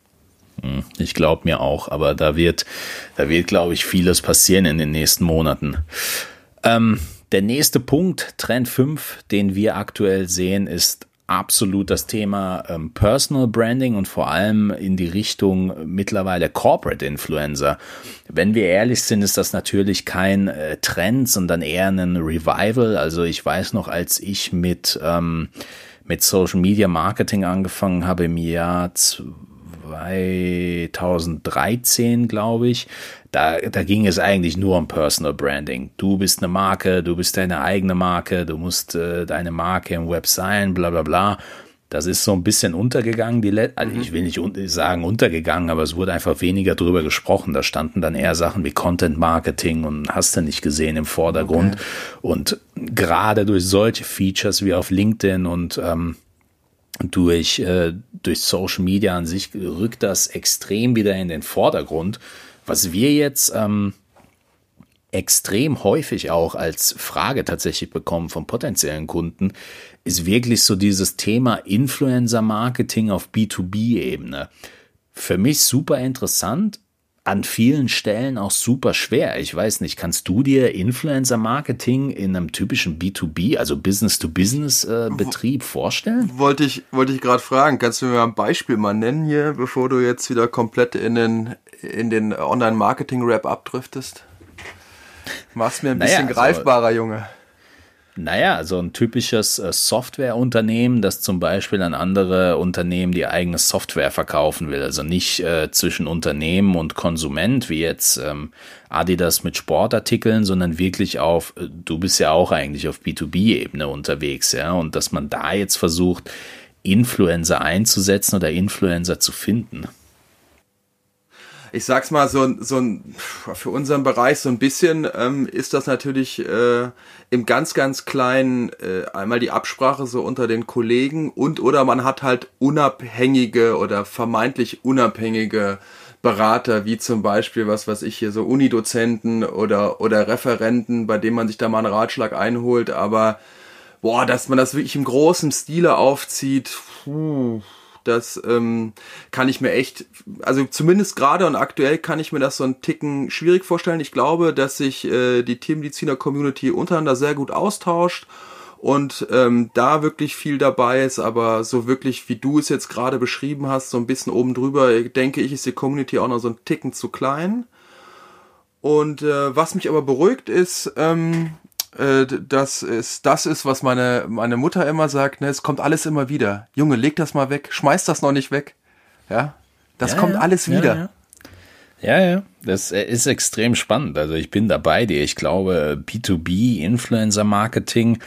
Ich glaube mir auch, aber da wird, da wird, glaube ich, vieles passieren in den nächsten Monaten. Ähm, der nächste Punkt, Trend fünf, den wir aktuell sehen, ist absolut das Thema ähm, Personal Branding und vor allem in die Richtung mittlerweile Corporate Influencer. Wenn wir ehrlich sind, ist das natürlich kein äh, Trend, sondern eher ein Revival. Also ich weiß noch, als ich mit, ähm, mit Social Media Marketing angefangen habe im Jahr zweitausenddreizehn, glaube ich, da, da ging es eigentlich nur um Personal Branding. Du bist eine Marke, du bist deine eigene Marke, du musst äh, deine Marke im Web sein, bla bla bla. Das ist so ein bisschen untergegangen, die Let- also ich will nicht un- sagen untergegangen, aber es wurde einfach weniger drüber gesprochen. Da standen dann eher Sachen wie Content Marketing und hast du nicht gesehen im Vordergrund. Okay. Und gerade durch solche Features wie auf LinkedIn und ähm, durch, äh, durch Social Media an sich rückt das extrem wieder in den Vordergrund. Was wir jetzt ähm, extrem häufig auch als Frage tatsächlich bekommen von potenziellen Kunden, ist wirklich so dieses Thema Influencer-Marketing auf B zwei B-Ebene. Für mich super interessant, an vielen Stellen auch super schwer. Ich weiß nicht, kannst du dir Influencer-Marketing in einem typischen B zwei B, also Business-to-Business-Betrieb äh, vorstellen? Wollte ich, wollte ich gerade fragen. Kannst du mir mal ein Beispiel mal nennen hier, bevor du jetzt wieder komplett in den, in den Online-Marketing-Rap abdriftest? Mach's mir ein bisschen naja, greifbarer, also, Junge. Naja, so ein typisches äh, Softwareunternehmen, das zum Beispiel an andere Unternehmen die eigene Software verkaufen will. Also nicht äh, zwischen Unternehmen und Konsument, wie jetzt ähm, Adidas mit Sportartikeln, sondern wirklich auf, äh, du bist ja auch eigentlich auf B zwei B-Ebene unterwegs, ja. Und dass man da jetzt versucht, Influencer einzusetzen oder Influencer zu finden. Ich sag's mal, so, so ein, für unseren Bereich so ein bisschen ähm, ist das natürlich äh, im ganz, ganz kleinen äh, einmal die Absprache so unter den Kollegen und oder man hat halt unabhängige oder vermeintlich unabhängige Berater, wie zum Beispiel, was weiß ich hier, so Unidozenten oder, oder Referenten, bei denen man sich da mal einen Ratschlag einholt, aber boah, dass man das wirklich im großen Stile aufzieht, puh. Das ähm, kann ich mir echt, also zumindest gerade und aktuell kann ich mir das so einen Ticken schwierig vorstellen. Ich glaube, dass sich äh, die Tiermediziner-Community untereinander sehr gut austauscht und ähm, da wirklich viel dabei ist, aber so wirklich, wie du es jetzt gerade beschrieben hast, so ein bisschen oben drüber, denke ich, ist die Community auch noch so ein Ticken zu klein. Und äh, was mich aber beruhigt ist, ähm, Das ist, das ist, was meine, meine Mutter immer sagt, ne, es kommt alles immer wieder. Junge, leg das mal weg, schmeiß das noch nicht weg. Ja, das ja, kommt ja, alles wieder. Ja, ja, ja, das ist extrem spannend. Also ich bin da bei dir. Ich glaube, B zwei B, Influencer-Marketing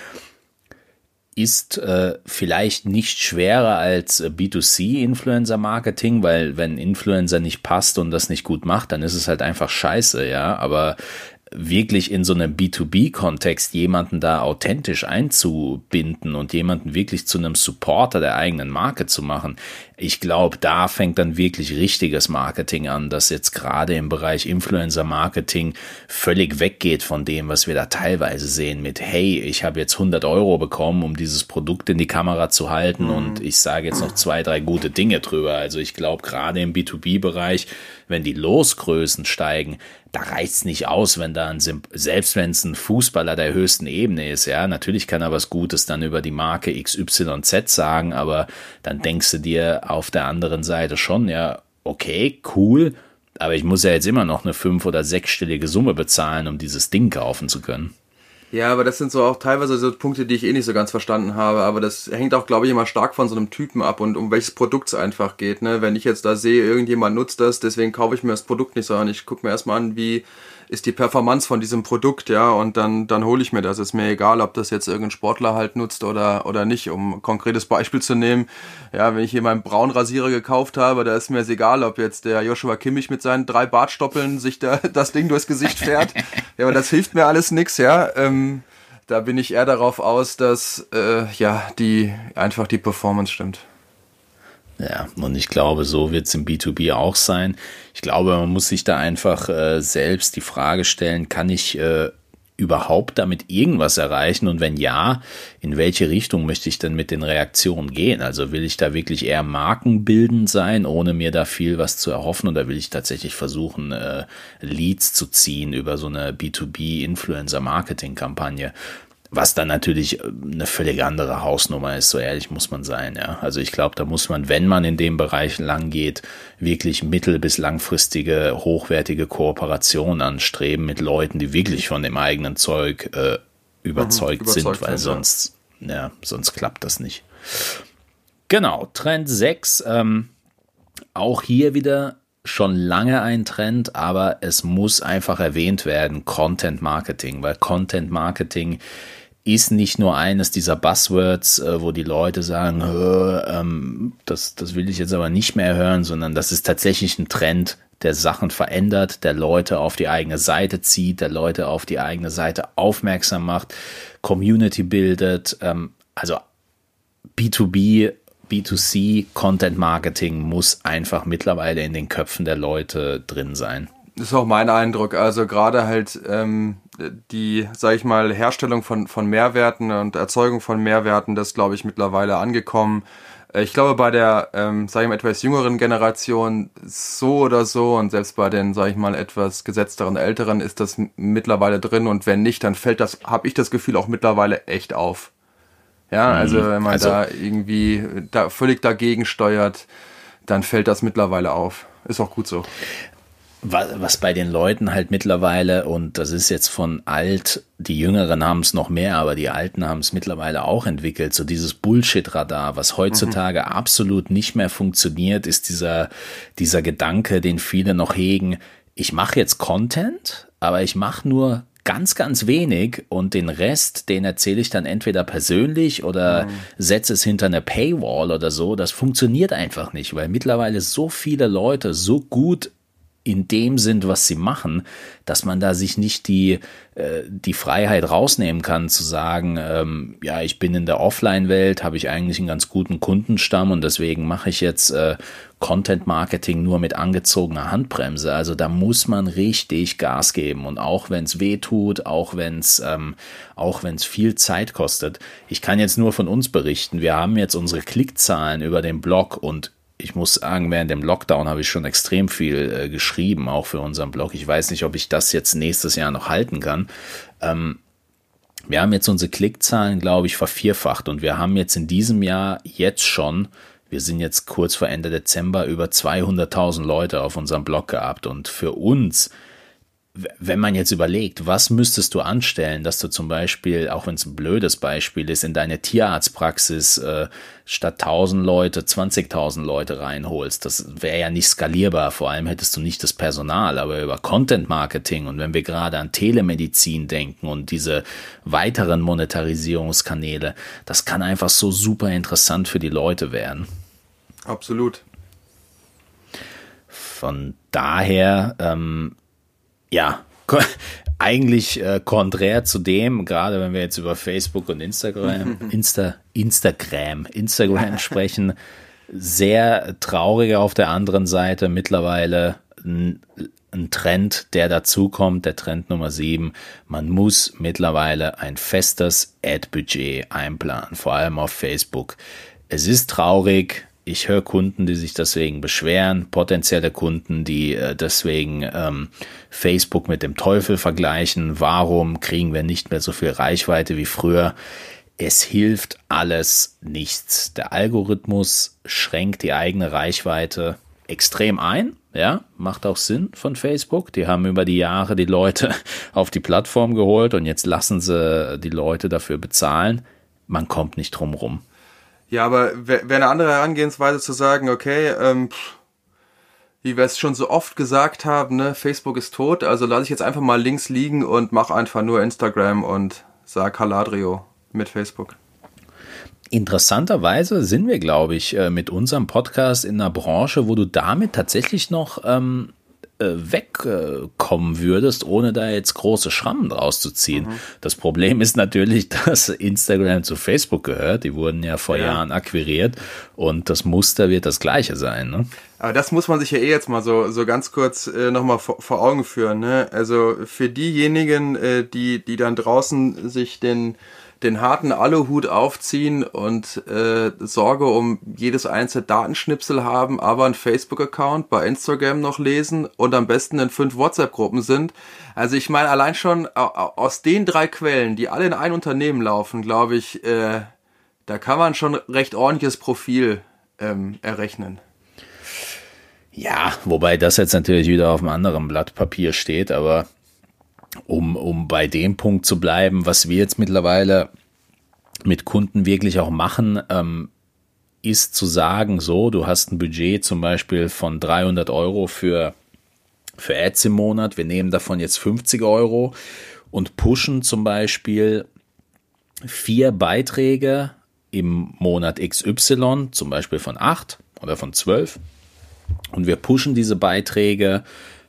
ist äh, vielleicht nicht schwerer als B zwei C Influencer-Marketing, weil wenn Influencer nicht passt und das nicht gut macht, dann ist es halt einfach scheiße, ja, aber wirklich in so einem B zwei B-Kontext jemanden da authentisch einzubinden und jemanden wirklich zu einem Supporter der eigenen Marke zu machen, ich glaube, da fängt dann wirklich richtiges Marketing an, das jetzt gerade im Bereich Influencer-Marketing völlig weggeht von dem, was wir da teilweise sehen mit, hey, ich habe jetzt hundert Euro bekommen, um dieses Produkt in die Kamera zu halten mhm. und ich sage jetzt noch zwei, drei gute Dinge drüber. Also ich glaube, gerade im B zwei B-Bereich, wenn die Losgrößen steigen, da reicht's nicht aus, wenn da ein, selbst wenn es ein Fußballer der höchsten Ebene ist, ja, natürlich kann er was Gutes dann über die Marke X Y Z sagen, aber dann denkst du dir auf der anderen Seite schon, ja, okay, cool, aber ich muss ja jetzt immer noch eine fünf- oder sechsstellige Summe bezahlen, um dieses Ding kaufen zu können. Ja, aber das sind so auch teilweise so Punkte, die ich eh nicht so ganz verstanden habe, aber das hängt auch, glaube ich, immer stark von so einem Typen ab und um welches Produkt es einfach geht, ne? Wenn ich jetzt da sehe, irgendjemand nutzt das, deswegen kaufe ich mir das Produkt nicht, sondern ich gucke mir erstmal an, wie ist die Performance von diesem Produkt, ja, und dann dann hole ich mir das. Ist mir egal, ob das jetzt irgendein Sportler halt nutzt oder oder nicht, um ein konkretes Beispiel zu nehmen. Ja, wenn ich hier meinen Braunrasierer gekauft habe, da ist mir es egal, ob jetzt der Joshua Kimmich mit seinen drei Bartstoppeln sich da das Ding durchs Gesicht fährt. Ja, aber das hilft mir alles nix, ja. Ähm, da bin ich eher darauf aus, dass äh, ja die einfach die Performance stimmt. Ja, und ich glaube, so wird es im B zwei B auch sein. Ich glaube, man muss sich da einfach äh, selbst die Frage stellen, kann ich äh, überhaupt damit irgendwas erreichen? Und wenn ja, in welche Richtung möchte ich denn mit den Reaktionen gehen? Also will ich da wirklich eher markenbildend sein, ohne mir da viel was zu erhoffen? Oder will ich tatsächlich versuchen, äh, Leads zu ziehen über so eine B zwei B-Influencer-Marketing-Kampagne? Was dann natürlich eine völlig andere Hausnummer ist, so ehrlich muss man sein, ja. Also ich glaube, da muss man, wenn man in dem Bereich lang geht, wirklich mittel- bis langfristige, hochwertige Kooperationen anstreben mit Leuten, die wirklich von dem eigenen Zeug äh, überzeugt, mhm, überzeugt sind, weil sind, sonst, ja. ja, sonst klappt das nicht. Genau, Trend sechs, ähm, auch hier wieder schon lange ein Trend, aber es muss einfach erwähnt werden, Content Marketing, weil Content Marketing ist nicht nur eines dieser Buzzwords, äh, wo die Leute sagen, ähm, das, das will ich jetzt aber nicht mehr hören, sondern das ist tatsächlich ein Trend, der Sachen verändert, der Leute auf die eigene Seite zieht, der Leute auf die eigene Seite aufmerksam macht, Community bildet, ähm, also B zwei B, B zwei C, Content Marketing muss einfach mittlerweile in den Köpfen der Leute drin sein. Das ist auch mein Eindruck. Also gerade halt ähm, die, sag ich mal, Herstellung von, von Mehrwerten und Erzeugung von Mehrwerten, das ist, glaube ich, mittlerweile angekommen. Ich glaube, bei der, ähm, sag ich mal, etwas jüngeren Generation so oder so und selbst bei den, sag ich mal, etwas gesetzteren Älteren ist das mittlerweile drin und wenn nicht, dann fällt das, habe ich das Gefühl, auch mittlerweile echt auf. Ja, also wenn man also, da irgendwie da völlig dagegen steuert, dann fällt das mittlerweile auf. Ist auch gut so. Was bei den Leuten halt mittlerweile, und das ist jetzt von alt, die Jüngeren haben es noch mehr, aber die Alten haben es mittlerweile auch entwickelt, so dieses Bullshit-Radar, was heutzutage mhm. absolut nicht mehr funktioniert, ist dieser, dieser Gedanke, den viele noch hegen, ich mache jetzt Content, aber ich mache nur ganz, ganz wenig und den Rest, den erzähle ich dann entweder persönlich oder mhm. setze es hinter eine Paywall oder so. Das funktioniert einfach nicht, weil mittlerweile so viele Leute so gut in dem sind, was sie machen, dass man da sich nicht die, äh, die Freiheit rausnehmen kann, zu sagen, ähm, ja, ich bin in der Offline-Welt, habe ich eigentlich einen ganz guten Kundenstamm und deswegen mache ich jetzt äh, Content-Marketing nur mit angezogener Handbremse. Also da muss man richtig Gas geben und auch wenn es weh tut, auch wenn es ähm, auch wenn es viel Zeit kostet. Ich kann jetzt nur von uns berichten, wir haben jetzt unsere Klickzahlen über den Blog und ich muss sagen, während dem Lockdown habe ich schon extrem viel äh, geschrieben, auch für unseren Blog. Ich weiß nicht, ob ich das jetzt nächstes Jahr noch halten kann. Ähm, wir haben jetzt unsere Klickzahlen, glaube ich, vervierfacht und wir haben jetzt in diesem Jahr jetzt schon, wir sind jetzt kurz vor Ende Dezember, über zweihunderttausend Leute auf unserem Blog gehabt und für uns, wenn man jetzt überlegt, was müsstest du anstellen, dass du zum Beispiel, auch wenn es ein blödes Beispiel ist, in deine Tierarztpraxis äh, statt tausend Leute zwanzigtausend Leute reinholst, das wäre ja nicht skalierbar, vor allem hättest du nicht das Personal, aber über Content Marketing und wenn wir gerade an Telemedizin denken und diese weiteren Monetarisierungskanäle, das kann einfach so super interessant für die Leute werden. Absolut. Von daher, ähm, ja, eigentlich äh, konträr zu dem, gerade wenn wir jetzt über Facebook und Instagram, Insta, Instagram, Instagram sprechen, sehr traurig auf der anderen Seite mittlerweile ein, ein Trend, der dazukommt, der Trend Nummer sieben. Man muss mittlerweile ein festes Ad-Budget einplanen, vor allem auf Facebook. Es ist traurig. Ich höre Kunden, die sich deswegen beschweren, potenzielle Kunden, die äh, deswegen ähm, Facebook mit dem Teufel vergleichen. Warum kriegen wir nicht mehr so viel Reichweite wie früher? Es hilft alles nichts. Der Algorithmus schränkt die eigene Reichweite extrem ein. Ja, macht auch Sinn von Facebook. Die haben über die Jahre die Leute auf die Plattform geholt und jetzt lassen sie die Leute dafür bezahlen. Man kommt nicht drum rum. Ja, aber wäre eine andere Herangehensweise zu sagen, okay, ähm, wie wir es schon so oft gesagt haben, ne, Facebook ist tot, also lasse ich jetzt einfach mal links liegen und mache einfach nur Instagram und sag Haladrio mit Facebook. Interessanterweise sind wir, glaube ich, mit unserem Podcast in einer Branche, wo du damit tatsächlich noch ähm, wegkommen würdest, ohne da jetzt große Schrammen draus zu ziehen. Mhm. Das Problem ist natürlich, dass Instagram zu Facebook gehört. Die wurden ja vor ja. Jahren akquiriert und das Muster wird das gleiche sein. Ne? Aber das muss man sich ja eh jetzt mal so, so ganz kurz äh, nochmal vor, vor Augen führen. Ne? Also für diejenigen, äh, die, die dann draußen sich den den harten Aluhut aufziehen und äh, Sorge um jedes einzelne Datenschnipsel haben, aber einen Facebook-Account bei Instagram noch lesen und am besten in fünf WhatsApp-Gruppen sind. Also ich meine, allein schon aus den drei Quellen, die alle in ein Unternehmen laufen, glaube ich, äh, da kann man schon recht ordentliches Profil ähm, errechnen. Ja, wobei das jetzt natürlich wieder auf einem anderen Blatt Papier steht, aber Um, um bei dem Punkt zu bleiben, was wir jetzt mittlerweile mit Kunden wirklich auch machen, ähm, ist zu sagen, so, du hast ein Budget zum Beispiel von dreihundert Euro für, für Ads im Monat, wir nehmen davon jetzt fünfzig Euro und pushen zum Beispiel vier Beiträge im Monat X Y, zum Beispiel von acht oder von zwölf. Und wir pushen diese Beiträge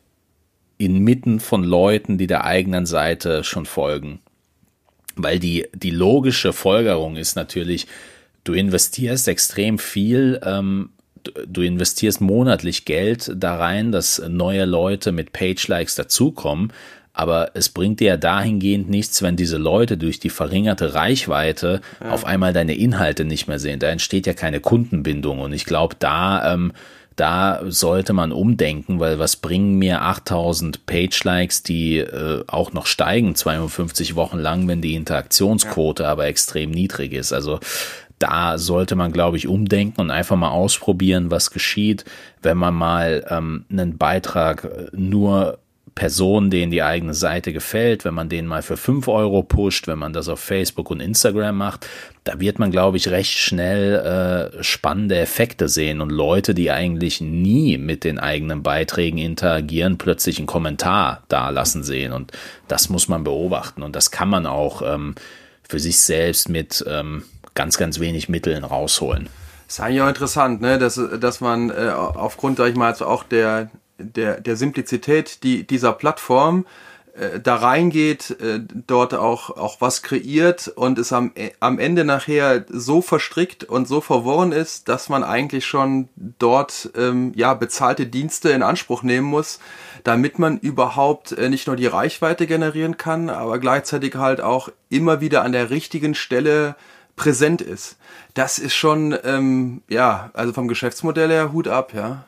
inmitten von Leuten, die der eigenen Seite schon folgen. Weil die, die logische Folgerung ist natürlich, du investierst extrem viel, ähm, du investierst monatlich Geld da rein, dass neue Leute mit Page-Likes dazukommen, aber es bringt dir ja dahingehend nichts, wenn diese Leute durch die verringerte Reichweite ja. auf einmal deine Inhalte nicht mehr sehen. Da entsteht ja keine Kundenbindung und ich glaube, da ähm, Da sollte man umdenken, weil was bringen mir achttausend Page-Likes, die äh, auch noch steigen, zweiundfünfzig Wochen lang, wenn die Interaktionsquote ja. aber extrem niedrig ist. Also da sollte man, glaube ich, umdenken und einfach mal ausprobieren, was geschieht, wenn man mal ähm, einen Beitrag nur Personen, denen die eigene Seite gefällt, wenn man den mal für fünf Euro pusht, wenn man das auf Facebook und Instagram macht, da wird man, glaube ich, recht schnell äh, spannende Effekte sehen und Leute, die eigentlich nie mit den eigenen Beiträgen interagieren, plötzlich einen Kommentar dalassen sehen und das muss man beobachten und das kann man auch ähm, für sich selbst mit ähm, ganz, ganz wenig Mitteln rausholen. Das ist eigentlich auch interessant, ne? dass, dass man äh, aufgrund, sag ich mal, also auch der der der Simplizität die, dieser Plattform äh, da reingeht, äh, dort auch auch was kreiert und es am, am Ende nachher so verstrickt und so verworren ist, dass man eigentlich schon dort ähm, ja bezahlte Dienste in Anspruch nehmen muss, damit man überhaupt äh, nicht nur die Reichweite generieren kann, aber gleichzeitig halt auch immer wieder an der richtigen Stelle präsent ist. Das ist schon, ähm, ja, also vom Geschäftsmodell her Hut ab, ja.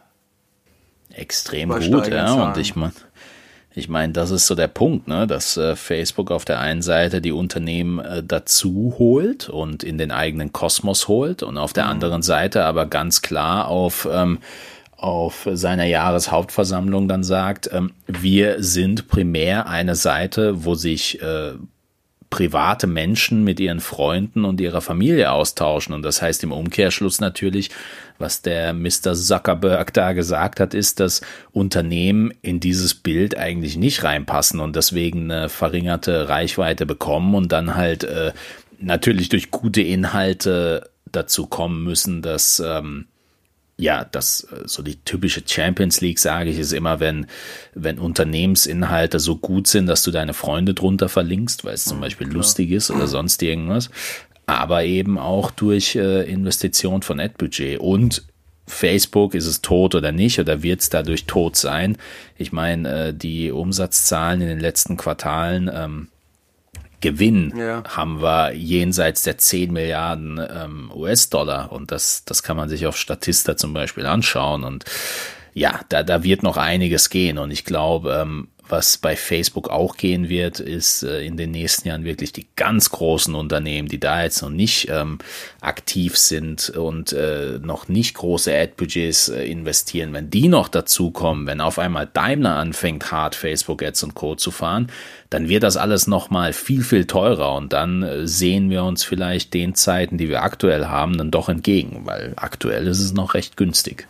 Extrem gut, ja, und ich meine, ich meine, das ist so der Punkt, ne, dass äh, Facebook auf der einen Seite die Unternehmen äh, dazu holt und in den eigenen Kosmos holt und auf der mhm. anderen Seite aber ganz klar auf ähm, auf seiner Jahreshauptversammlung dann sagt, ähm, wir sind primär eine Seite, wo sich äh, private Menschen mit ihren Freunden und ihrer Familie austauschen. Und das heißt im Umkehrschluss natürlich, was der Mister Zuckerberg da gesagt hat, ist, dass Unternehmen in dieses Bild eigentlich nicht reinpassen und deswegen eine verringerte Reichweite bekommen und dann halt äh, natürlich durch gute Inhalte dazu kommen müssen, dass ähm, ja, das so die typische Champions League, sage ich, ist immer, wenn wenn Unternehmensinhalte so gut sind, dass du deine Freunde drunter verlinkst, weil es zum Beispiel Klar. lustig ist oder sonst irgendwas, aber eben auch durch äh, Investition von Ad-Budget und Facebook, ist es tot oder nicht oder wird es dadurch tot sein? Ich meine, äh, die Umsatzzahlen in den letzten Quartalen ähm, Gewinn ja. haben wir jenseits der zehn Milliarden ähm, U S-Dollar und das das kann man sich auf Statista zum Beispiel anschauen und ja, da da wird noch einiges gehen und ich glaube, ähm, was bei Facebook auch gehen wird, ist äh, in den nächsten Jahren wirklich die ganz großen Unternehmen, die da jetzt noch nicht ähm, aktiv sind und äh, noch nicht große Ad-Budgets äh, investieren, wenn die noch dazukommen, wenn auf einmal Daimler anfängt, hart Facebook-Ads und Co. zu fahren, dann wird das alles nochmal viel, viel teurer und dann äh, sehen wir uns vielleicht den Zeiten, die wir aktuell haben, dann doch entgegen, weil aktuell ist es noch recht günstig.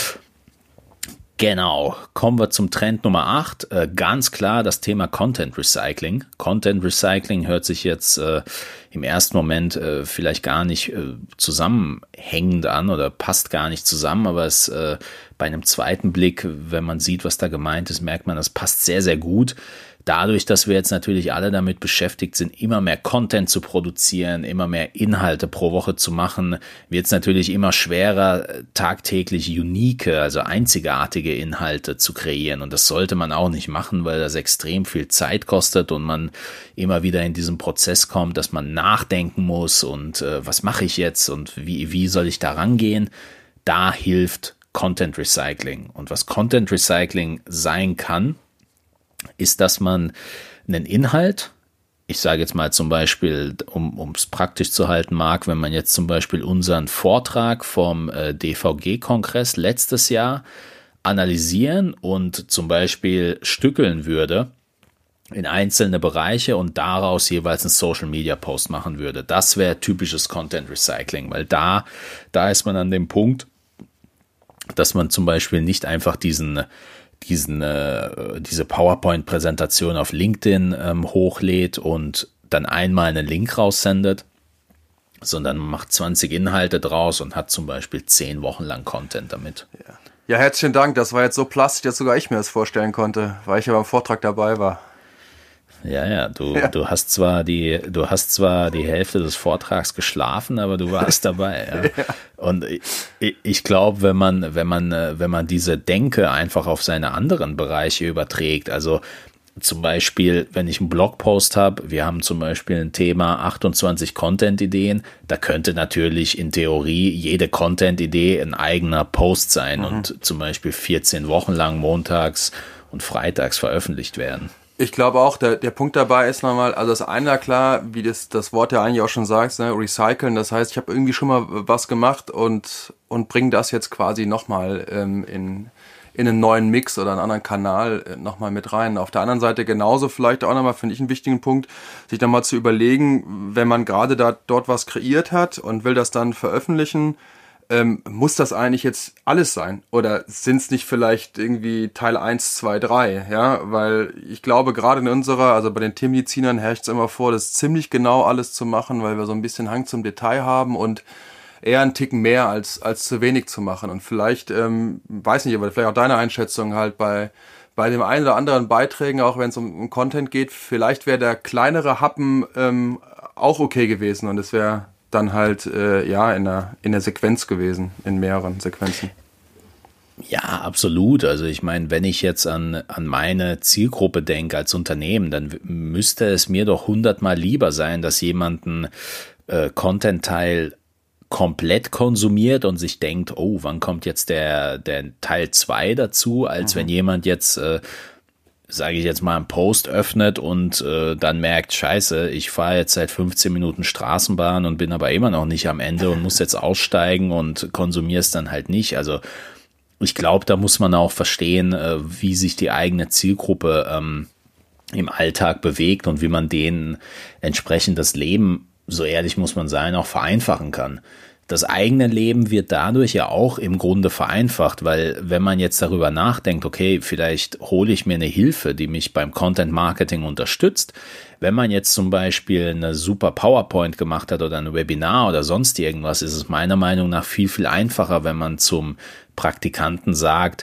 Genau, kommen wir zum Trend Nummer acht. Äh, ganz klar das Thema Content Recycling. Content Recycling hört sich jetzt äh, im ersten Moment äh, vielleicht gar nicht äh, zusammenhängend an oder passt gar nicht zusammen, aber es äh, bei einem zweiten Blick, wenn man sieht, was da gemeint ist, merkt man, das passt sehr, sehr gut. Dadurch, dass wir jetzt natürlich alle damit beschäftigt sind, immer mehr Content zu produzieren, immer mehr Inhalte pro Woche zu machen, wird es natürlich immer schwerer, tagtäglich unique, also einzigartige Inhalte zu kreieren. Und das sollte man auch nicht machen, weil das extrem viel Zeit kostet und man immer wieder in diesen Prozess kommt, dass man nachdenken muss und äh, was mache ich jetzt und wie, wie soll ich da rangehen? Da hilft Content Recycling. Und was Content Recycling sein kann, ist, dass man einen Inhalt, ich sage jetzt mal zum Beispiel, um es praktisch zu halten mag, wenn man jetzt zum Beispiel unseren Vortrag vom äh, D V G-Kongress letztes Jahr analysieren und zum Beispiel stückeln würde in einzelne Bereiche und daraus jeweils einen Social-Media-Post machen würde. Das wäre typisches Content Recycling, weil da, da ist man an dem Punkt, dass man zum Beispiel nicht einfach diesen diesen äh, diese PowerPoint-Präsentation auf LinkedIn ähm, hochlädt und dann einmal einen Link raussendet, sondern man macht zwanzig Inhalte draus und hat zum Beispiel zehn Wochen lang Content damit. Ja. Ja, herzlichen Dank. Das war jetzt so plastisch, dass sogar ich mir das vorstellen konnte, weil ich ja beim Vortrag dabei war. Ja, ja, du, ja. du hast zwar die, du hast zwar die Hälfte des Vortrags geschlafen, aber du warst dabei. Ja. Ja. Und ich, ich glaube, wenn man, wenn man, wenn man diese Denke einfach auf seine anderen Bereiche überträgt, also zum Beispiel, wenn ich einen Blogpost habe, wir haben zum Beispiel ein Thema achtundzwanzig Content-Ideen, da könnte natürlich in Theorie jede Content-Idee ein eigener Post sein mhm. und zum Beispiel vierzehn Wochen lang montags und freitags veröffentlicht werden. Ich glaube auch, der, der Punkt dabei ist nochmal, also das eine, klar, wie das, das Wort ja eigentlich auch schon sagt, ne, recyceln, das heißt, ich habe irgendwie schon mal was gemacht und, und bringe das jetzt quasi nochmal ähm, in in einen neuen Mix oder einen anderen Kanal äh, nochmal mit rein. Auf der anderen Seite genauso vielleicht auch nochmal, finde ich, einen wichtigen Punkt, sich dann mal zu überlegen, wenn man gerade da dort was kreiert hat und will das dann veröffentlichen, ähm, muss das eigentlich jetzt alles sein? Oder sind es nicht vielleicht irgendwie Teil eins, zwei, drei? Ja, weil ich glaube, gerade in unserer, also bei den Tiermedizinern herrscht es immer vor, das ziemlich genau alles zu machen, weil wir so ein bisschen Hang zum Detail haben und eher einen Ticken mehr als als zu wenig zu machen. Und vielleicht, ähm, weiß nicht, aber vielleicht auch deine Einschätzung halt bei bei dem einen oder anderen Beiträgen, auch wenn es um, um Content geht, vielleicht wäre der kleinere Happen ähm, auch okay gewesen und es wäre dann halt äh, ja in der in der Sequenz gewesen, in mehreren Sequenzen. Ja, absolut. Also ich meine, wenn ich jetzt an, an meine Zielgruppe denke als Unternehmen, dann müsste es mir doch hundertmal lieber sein, dass jemand einen äh, Content-Teil komplett konsumiert und sich denkt, oh, wann kommt jetzt der, der Teil zwei dazu, als mhm. wenn jemand jetzt, äh, sage ich jetzt mal, einen Post öffnet und äh, dann merkt, scheiße, ich fahre jetzt seit fünfzehn Minuten Straßenbahn und bin aber immer noch nicht am Ende und muss jetzt aussteigen und konsumiere es dann halt nicht. Also ich glaube, da muss man auch verstehen, äh, wie sich die eigene Zielgruppe ähm, im Alltag bewegt und wie man denen entsprechend das Leben, so ehrlich muss man sein, auch vereinfachen kann. Das eigene Leben wird dadurch ja auch im Grunde vereinfacht, weil wenn man jetzt darüber nachdenkt, okay, vielleicht hole ich mir eine Hilfe, die mich beim Content Marketing unterstützt. Wenn man jetzt zum Beispiel eine super PowerPoint gemacht hat oder ein Webinar oder sonst irgendwas, ist es meiner Meinung nach viel, viel einfacher, wenn man zum Praktikanten sagt,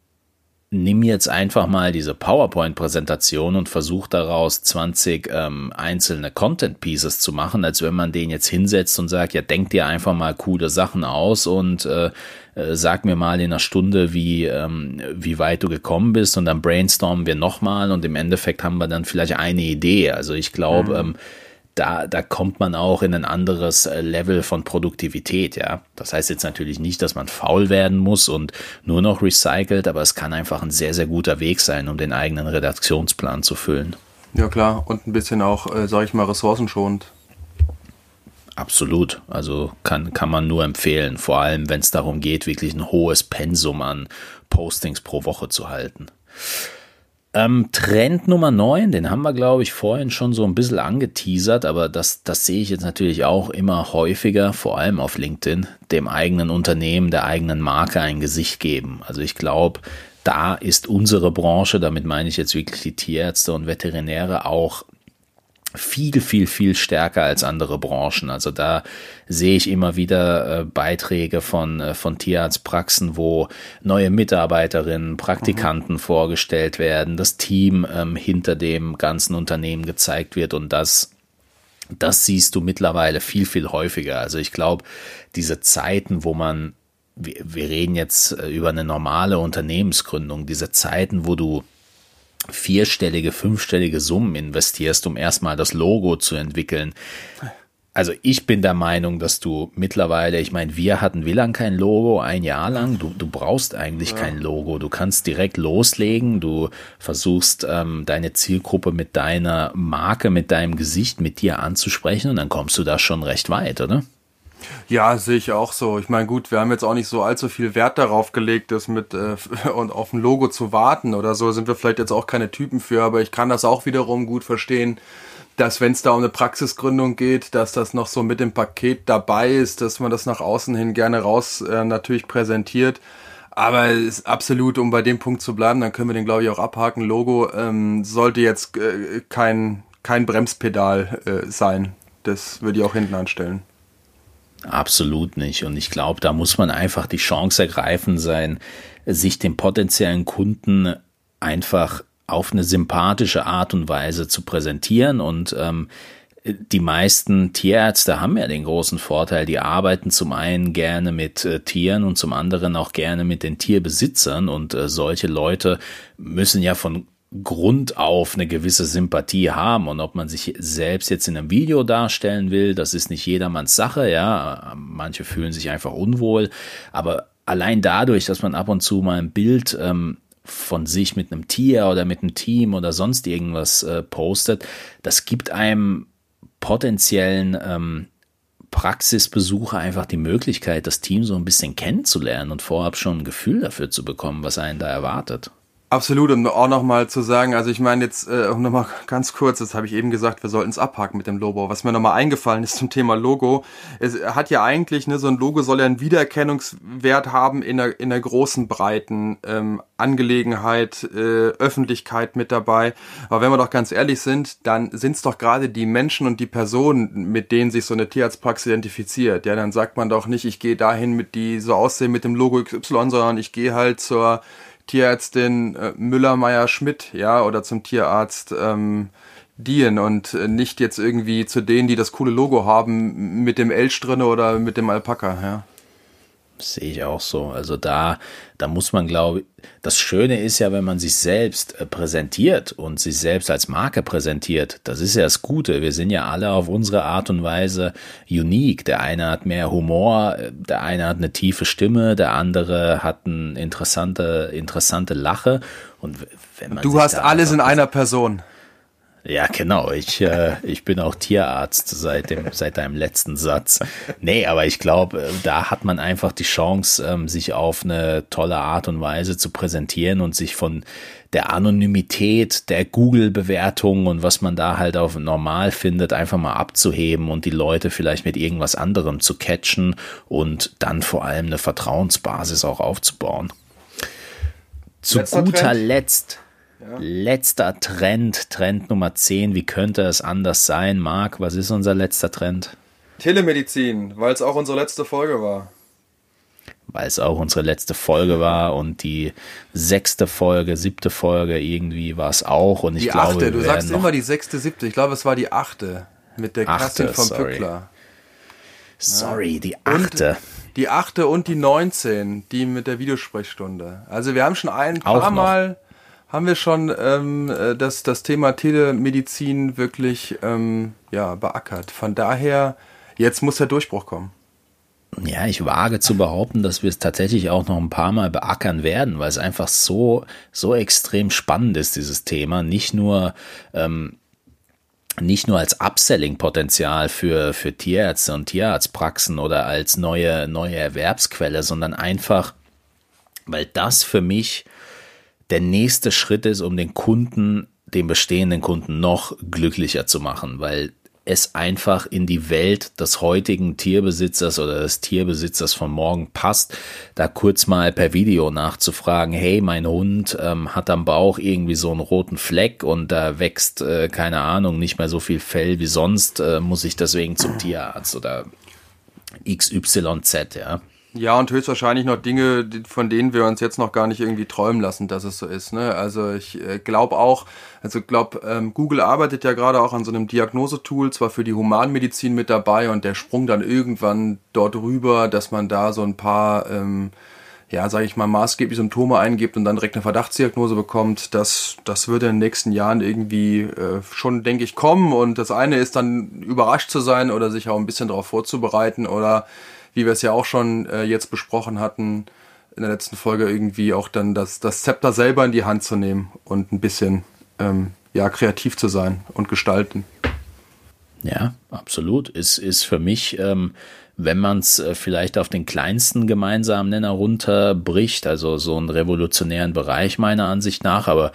nimm jetzt einfach mal diese PowerPoint-Präsentation und versuch daraus zwanzig ähm, einzelne Content-Pieces zu machen, als wenn man den jetzt hinsetzt und sagt, ja, denk dir einfach mal coole Sachen aus und äh, äh, sag mir mal in einer Stunde, wie ähm, wie weit du gekommen bist und dann brainstormen wir nochmal und im Endeffekt haben wir dann vielleicht eine Idee. Also ich glaube, mhm. ähm, Da, da kommt man auch in ein anderes Level von Produktivität, ja. Das heißt jetzt natürlich nicht, dass man faul werden muss und nur noch recycelt, aber es kann einfach ein sehr, sehr guter Weg sein, um den eigenen Redaktionsplan zu füllen. Ja klar, und ein bisschen auch, äh, sag ich mal, ressourcenschonend. Absolut, also kann, kann man nur empfehlen, vor allem wenn es darum geht, wirklich ein hohes Pensum an Postings pro Woche zu halten. Ähm, Trend Nummer neun, den haben wir, glaube ich, vorhin schon so ein bisschen angeteasert, aber das, das sehe ich jetzt natürlich auch immer häufiger, vor allem auf LinkedIn, dem eigenen Unternehmen, der eigenen Marke ein Gesicht geben. Also ich glaube, da ist unsere Branche, damit meine ich jetzt wirklich die Tierärzte und Veterinäre, auch viel, viel, viel stärker als andere Branchen. Also da sehe ich immer wieder äh, Beiträge von, äh, von Tierarztpraxen, wo neue Mitarbeiterinnen, Praktikanten mhm. vorgestellt werden, das Team ähm, hinter dem ganzen Unternehmen gezeigt wird und das das siehst du mittlerweile viel, viel häufiger. Also ich glaube, diese Zeiten, wo man, wir, wir reden jetzt über eine normale Unternehmensgründung, diese Zeiten, wo du vierstellige, fünfstellige Summen investierst, um erstmal das Logo zu entwickeln. Also ich bin der Meinung, dass du mittlerweile, ich meine, wir hatten wie lang kein Logo, ein Jahr lang, du, du brauchst eigentlich ja. kein Logo, du kannst direkt loslegen, du versuchst ähm, deine Zielgruppe mit deiner Marke, mit deinem Gesicht, mit dir anzusprechen und dann kommst du da schon recht weit, oder? Ja, sehe ich auch so. Ich meine, gut, wir haben jetzt auch nicht so allzu viel Wert darauf gelegt, das mit äh, und auf ein Logo zu warten oder so, sind wir vielleicht jetzt auch keine Typen für, aber ich kann das auch wiederum gut verstehen, dass wenn es da um eine Praxisgründung geht, dass das noch so mit dem Paket dabei ist, dass man das nach außen hin gerne raus äh, natürlich präsentiert. Aber es ist absolut, um bei dem Punkt zu bleiben, dann können wir den, glaube ich, auch abhaken. Logo ähm, sollte jetzt äh, kein kein Bremspedal äh, sein. Das würde ich auch hinten anstellen. Absolut nicht. Und ich glaube, da muss man einfach die Chance ergreifen sein, sich dem potenziellen Kunden einfach auf eine sympathische Art und Weise zu präsentieren. Und ähm, die meisten Tierärzte haben ja den großen Vorteil, die arbeiten zum einen gerne mit äh, Tieren und zum anderen auch gerne mit den Tierbesitzern. Und äh, solche Leute müssen ja von Grund auf eine gewisse Sympathie haben, und ob man sich selbst jetzt in einem Video darstellen will, das ist nicht jedermanns Sache, ja, manche fühlen sich einfach unwohl, aber allein dadurch, dass man ab und zu mal ein Bild ähm, von sich mit einem Tier oder mit einem Team oder sonst irgendwas äh, postet, das gibt einem potenziellen ähm, Praxisbesucher einfach die Möglichkeit, das Team so ein bisschen kennenzulernen und vorab schon ein Gefühl dafür zu bekommen, was einen da erwartet. Absolut, und auch nochmal zu sagen, also ich meine jetzt äh, nochmal ganz kurz, das habe ich eben gesagt, wir sollten es abhaken mit dem Logo. Was mir nochmal eingefallen ist zum Thema Logo, es hat ja eigentlich, ne, so ein Logo soll ja einen Wiedererkennungswert haben in der, in der großen, breiten ähm, Angelegenheit, äh, Öffentlichkeit mit dabei. Aber wenn wir doch ganz ehrlich sind, dann sind es doch gerade die Menschen und die Personen, mit denen sich so eine Tierarztpraxis identifiziert. Ja, dann sagt man doch nicht, ich gehe dahin, mit die so aussehen mit dem Logo X Y, sondern ich gehe halt zur Tierärztin äh, Müller-Meyer-Schmidt, ja, oder zum Tierarzt ähm, Dien und äh, nicht jetzt irgendwie zu denen, die das coole Logo haben, mit dem Elch drinne oder mit dem Alpaka, ja. Sehe ich auch so. Also da, da muss man, glaube ich, das Schöne ist ja, wenn man sich selbst äh, präsentiert und sich selbst als Marke präsentiert, das ist ja das Gute. Wir sind ja alle auf unsere Art und Weise unique. Der eine hat mehr Humor, der eine hat eine tiefe Stimme, der andere hat eine interessante, interessante Lache. Und wenn man du hast alles in einer Person. Ja, genau. Ich, äh, ich bin auch Tierarzt seit dem, seit deinem letzten Satz. Nee, aber ich glaube, da hat man einfach die Chance, ähm, sich auf eine tolle Art und Weise zu präsentieren und sich von der Anonymität, der Google-Bewertung und was man da halt auf normal findet, einfach mal abzuheben und die Leute vielleicht mit irgendwas anderem zu catchen und dann vor allem eine Vertrauensbasis auch aufzubauen. Zu Letzter guter Trend. Letzt. Ja. Letzter Trend, Trend Nummer zehn, wie könnte es anders sein? Marc, was ist unser letzter Trend? Telemedizin, weil es auch unsere letzte Folge war. Weil es auch unsere letzte Folge war und die sechste Folge, siebte Folge, irgendwie war es auch. Und ich die glaube, achte, du sagst immer die sechste, siebte, ich glaube es war die achte mit der Kerstin vom sorry. Pückler. Sorry, ja. Die achte. Und die achte und die neunzehn, die mit der Videosprechstunde. Also wir haben schon ein paar Auch Mal... haben wir schon ähm, das, das Thema Telemedizin wirklich ähm, ja, beackert. Von daher, jetzt muss der Durchbruch kommen. Ja, ich wage zu behaupten, dass wir es tatsächlich auch noch ein paar Mal beackern werden, weil es einfach so, so extrem spannend ist, dieses Thema. Nicht nur, ähm, nicht nur als Upselling-Potenzial für, für Tierärzte und Tierarztpraxen oder als neue, neue Erwerbsquelle, sondern einfach, weil das für mich der nächste Schritt ist, um den Kunden, den bestehenden Kunden noch glücklicher zu machen, weil es einfach in die Welt des heutigen Tierbesitzers oder des Tierbesitzers von morgen passt, da kurz mal per Video nachzufragen, hey, mein Hund ähm, hat am Bauch irgendwie so einen roten Fleck und da wächst, äh, keine Ahnung, nicht mehr so viel Fell wie sonst, äh, muss ich deswegen zum Tierarzt oder X Y Z, ja. Ja, und höchstwahrscheinlich noch Dinge, von denen wir uns jetzt noch gar nicht irgendwie träumen lassen, dass es so ist. Ne? Also ich äh, glaube auch, also glaube, ähm, Google arbeitet ja gerade auch an so einem Diagnosetool, zwar für die Humanmedizin mit dabei und der Sprung dann irgendwann dort rüber, dass man da so ein paar, ähm, ja, sage ich mal, maßgebliche Symptome eingibt und dann direkt eine Verdachtsdiagnose bekommt, das, das würde in den nächsten Jahren irgendwie äh, schon, denke ich, kommen. Und das eine ist dann überrascht zu sein oder sich auch ein bisschen darauf vorzubereiten oder wie wir es ja auch schon äh, jetzt besprochen hatten, in der letzten Folge irgendwie auch dann das, das Zepter selber in die Hand zu nehmen und ein bisschen ähm, ja, kreativ zu sein und gestalten. Ja, absolut. Es ist für mich, ähm, wenn man es äh, vielleicht auf den kleinsten gemeinsamen Nenner runterbricht, also so einen revolutionären Bereich meiner Ansicht nach, aber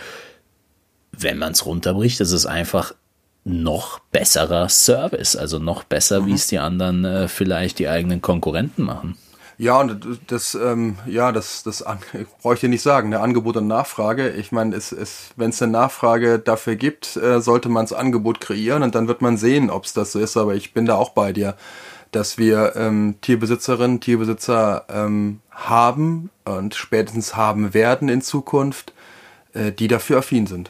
wenn man es runterbricht, ist es einfach noch besserer Service, also noch besser, mhm. wie es die anderen äh, vielleicht die eigenen Konkurrenten machen. Ja, und das, ähm, ja, das, das brauche ich dir nicht sagen, ne? Angebot und Nachfrage. Ich meine, es, es, wenn es eine Nachfrage dafür gibt, äh, sollte man das Angebot kreieren und dann wird man sehen, ob es das so ist. Aber ich bin da auch bei dir, dass wir ähm, Tierbesitzerinnen, Tierbesitzer ähm, haben und spätestens haben werden in Zukunft, äh, die dafür affin sind.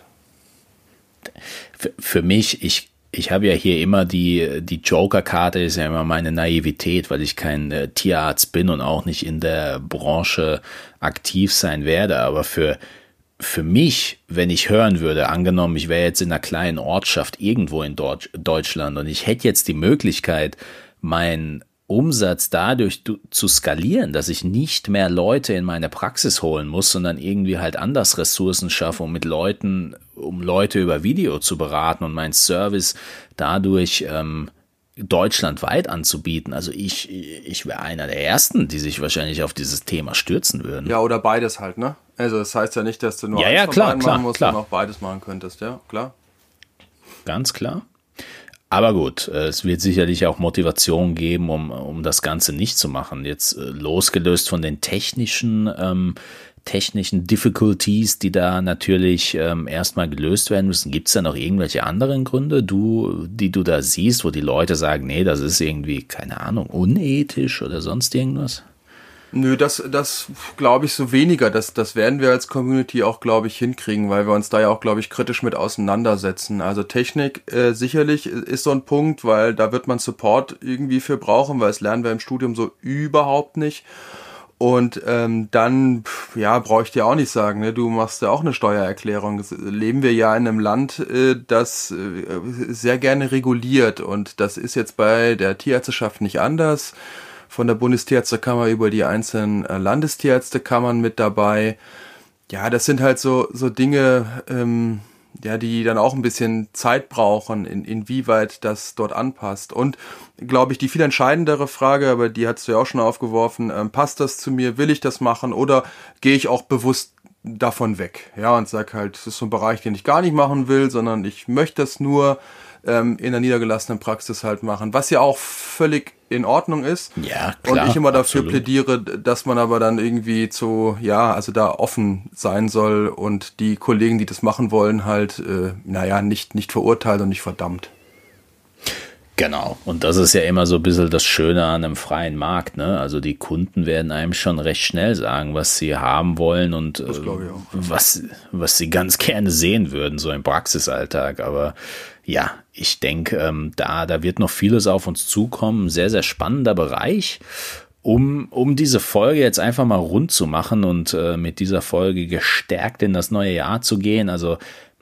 Für, für mich, ich Ich habe ja hier immer die, die Joker-Karte ist ja immer meine Naivität, weil ich kein äh, Tierarzt bin und auch nicht in der Branche aktiv sein werde. Aber für, für mich, wenn ich hören würde, angenommen, ich wäre jetzt in einer kleinen Ortschaft irgendwo in Deutsch, Deutschland und ich hätte jetzt die Möglichkeit, meinen Umsatz dadurch zu skalieren, dass ich nicht mehr Leute in meine Praxis holen muss, sondern irgendwie halt anders Ressourcen schaffe, um mit Leuten, um Leute über Video zu beraten und meinen Service dadurch ähm, deutschlandweit anzubieten. Also ich, ich wäre einer der Ersten, die sich wahrscheinlich auf dieses Thema stürzen würden. Ja, oder beides halt, ne? Also das heißt ja nicht, dass du nur ja, eins ja, von klar, beiden klar, machen musst, klar. sondern auch beides machen könntest, ja, klar. Ganz klar. Aber gut, es wird sicherlich auch Motivation geben, um, um das Ganze nicht zu machen. Jetzt losgelöst von den technischen, ähm, technischen Difficulties, die da natürlich ähm, erstmal gelöst werden müssen. Gibt es da noch irgendwelche anderen Gründe, du, die du da siehst, wo die Leute sagen, nee, das ist irgendwie, keine Ahnung, unethisch oder sonst irgendwas? Nö, das, das glaube ich so weniger. Das, das werden wir als Community auch, glaube ich, hinkriegen, weil wir uns da ja auch, glaube ich, kritisch mit auseinandersetzen. Also Technik äh, sicherlich ist so ein Punkt, weil da wird man Support irgendwie für brauchen, weil das lernen wir im Studium so überhaupt nicht. Und ähm, dann, ja, brauche ich dir auch nicht sagen, ne? Du machst ja auch eine Steuererklärung. Das leben wir ja in einem Land, äh, das äh, sehr gerne reguliert und das ist jetzt bei der Tierärzteschaft nicht anders. Von der Bundestierärztekammer über die einzelnen äh, Landestierärztekammern mit dabei. Ja, das sind halt so so Dinge, ähm, ja, die dann auch ein bisschen Zeit brauchen, in, inwieweit das dort anpasst. Und, glaube ich, die viel entscheidendere Frage, aber die hast du ja auch schon aufgeworfen, ähm, passt das zu mir, will ich das machen oder gehe ich auch bewusst davon weg? Ja, und sag halt, das ist so ein Bereich, den ich gar nicht machen will, sondern ich möchte das nur ähm, in der niedergelassenen Praxis halt machen, was ja auch völlig in Ordnung ist. Ja, klar, und ich immer dafür absolut. plädiere, dass man aber dann irgendwie zu, ja, also da offen sein soll und die Kollegen, die das machen wollen, halt, äh, naja, nicht, nicht verurteilt und nicht verdammt. Genau. Und das ist ja immer so ein bisschen das Schöne an einem freien Markt, ne? Also die Kunden werden einem schon recht schnell sagen, was sie haben wollen und äh, was, was sie ganz gerne sehen würden, so im Praxisalltag. Aber ja, ich denke, ähm, da, da wird noch vieles auf uns zukommen. Sehr, sehr spannender Bereich. Um, um diese Folge jetzt einfach mal rund zu machen und äh, mit dieser Folge gestärkt in das neue Jahr zu gehen. Also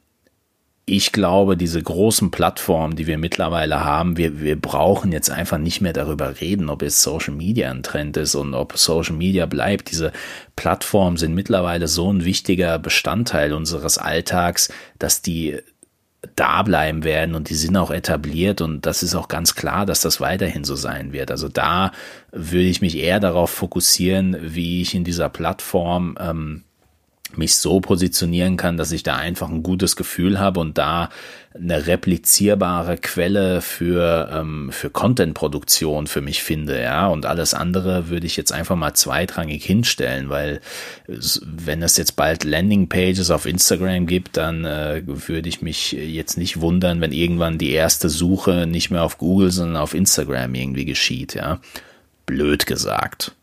ich glaube, diese großen Plattformen, die wir mittlerweile haben, wir, wir brauchen jetzt einfach nicht mehr darüber reden, ob jetzt Social Media ein Trend ist und ob Social Media bleibt. Diese Plattformen sind mittlerweile so ein wichtiger Bestandteil unseres Alltags, dass die da bleiben werden und die sind auch etabliert und das ist auch ganz klar, dass das weiterhin so sein wird. Also da würde ich mich eher darauf fokussieren, wie ich in dieser Plattform ähm, mich so positionieren kann, dass ich da einfach ein gutes Gefühl habe und da eine replizierbare Quelle für ähm, für Content-Produktion für mich finde, ja, und alles andere würde ich jetzt einfach mal zweitrangig hinstellen, weil wenn es jetzt bald Landingpages auf Instagram gibt, dann äh, würde ich mich jetzt nicht wundern, wenn irgendwann die erste Suche nicht mehr auf Google, sondern auf Instagram irgendwie geschieht, ja, blöd gesagt.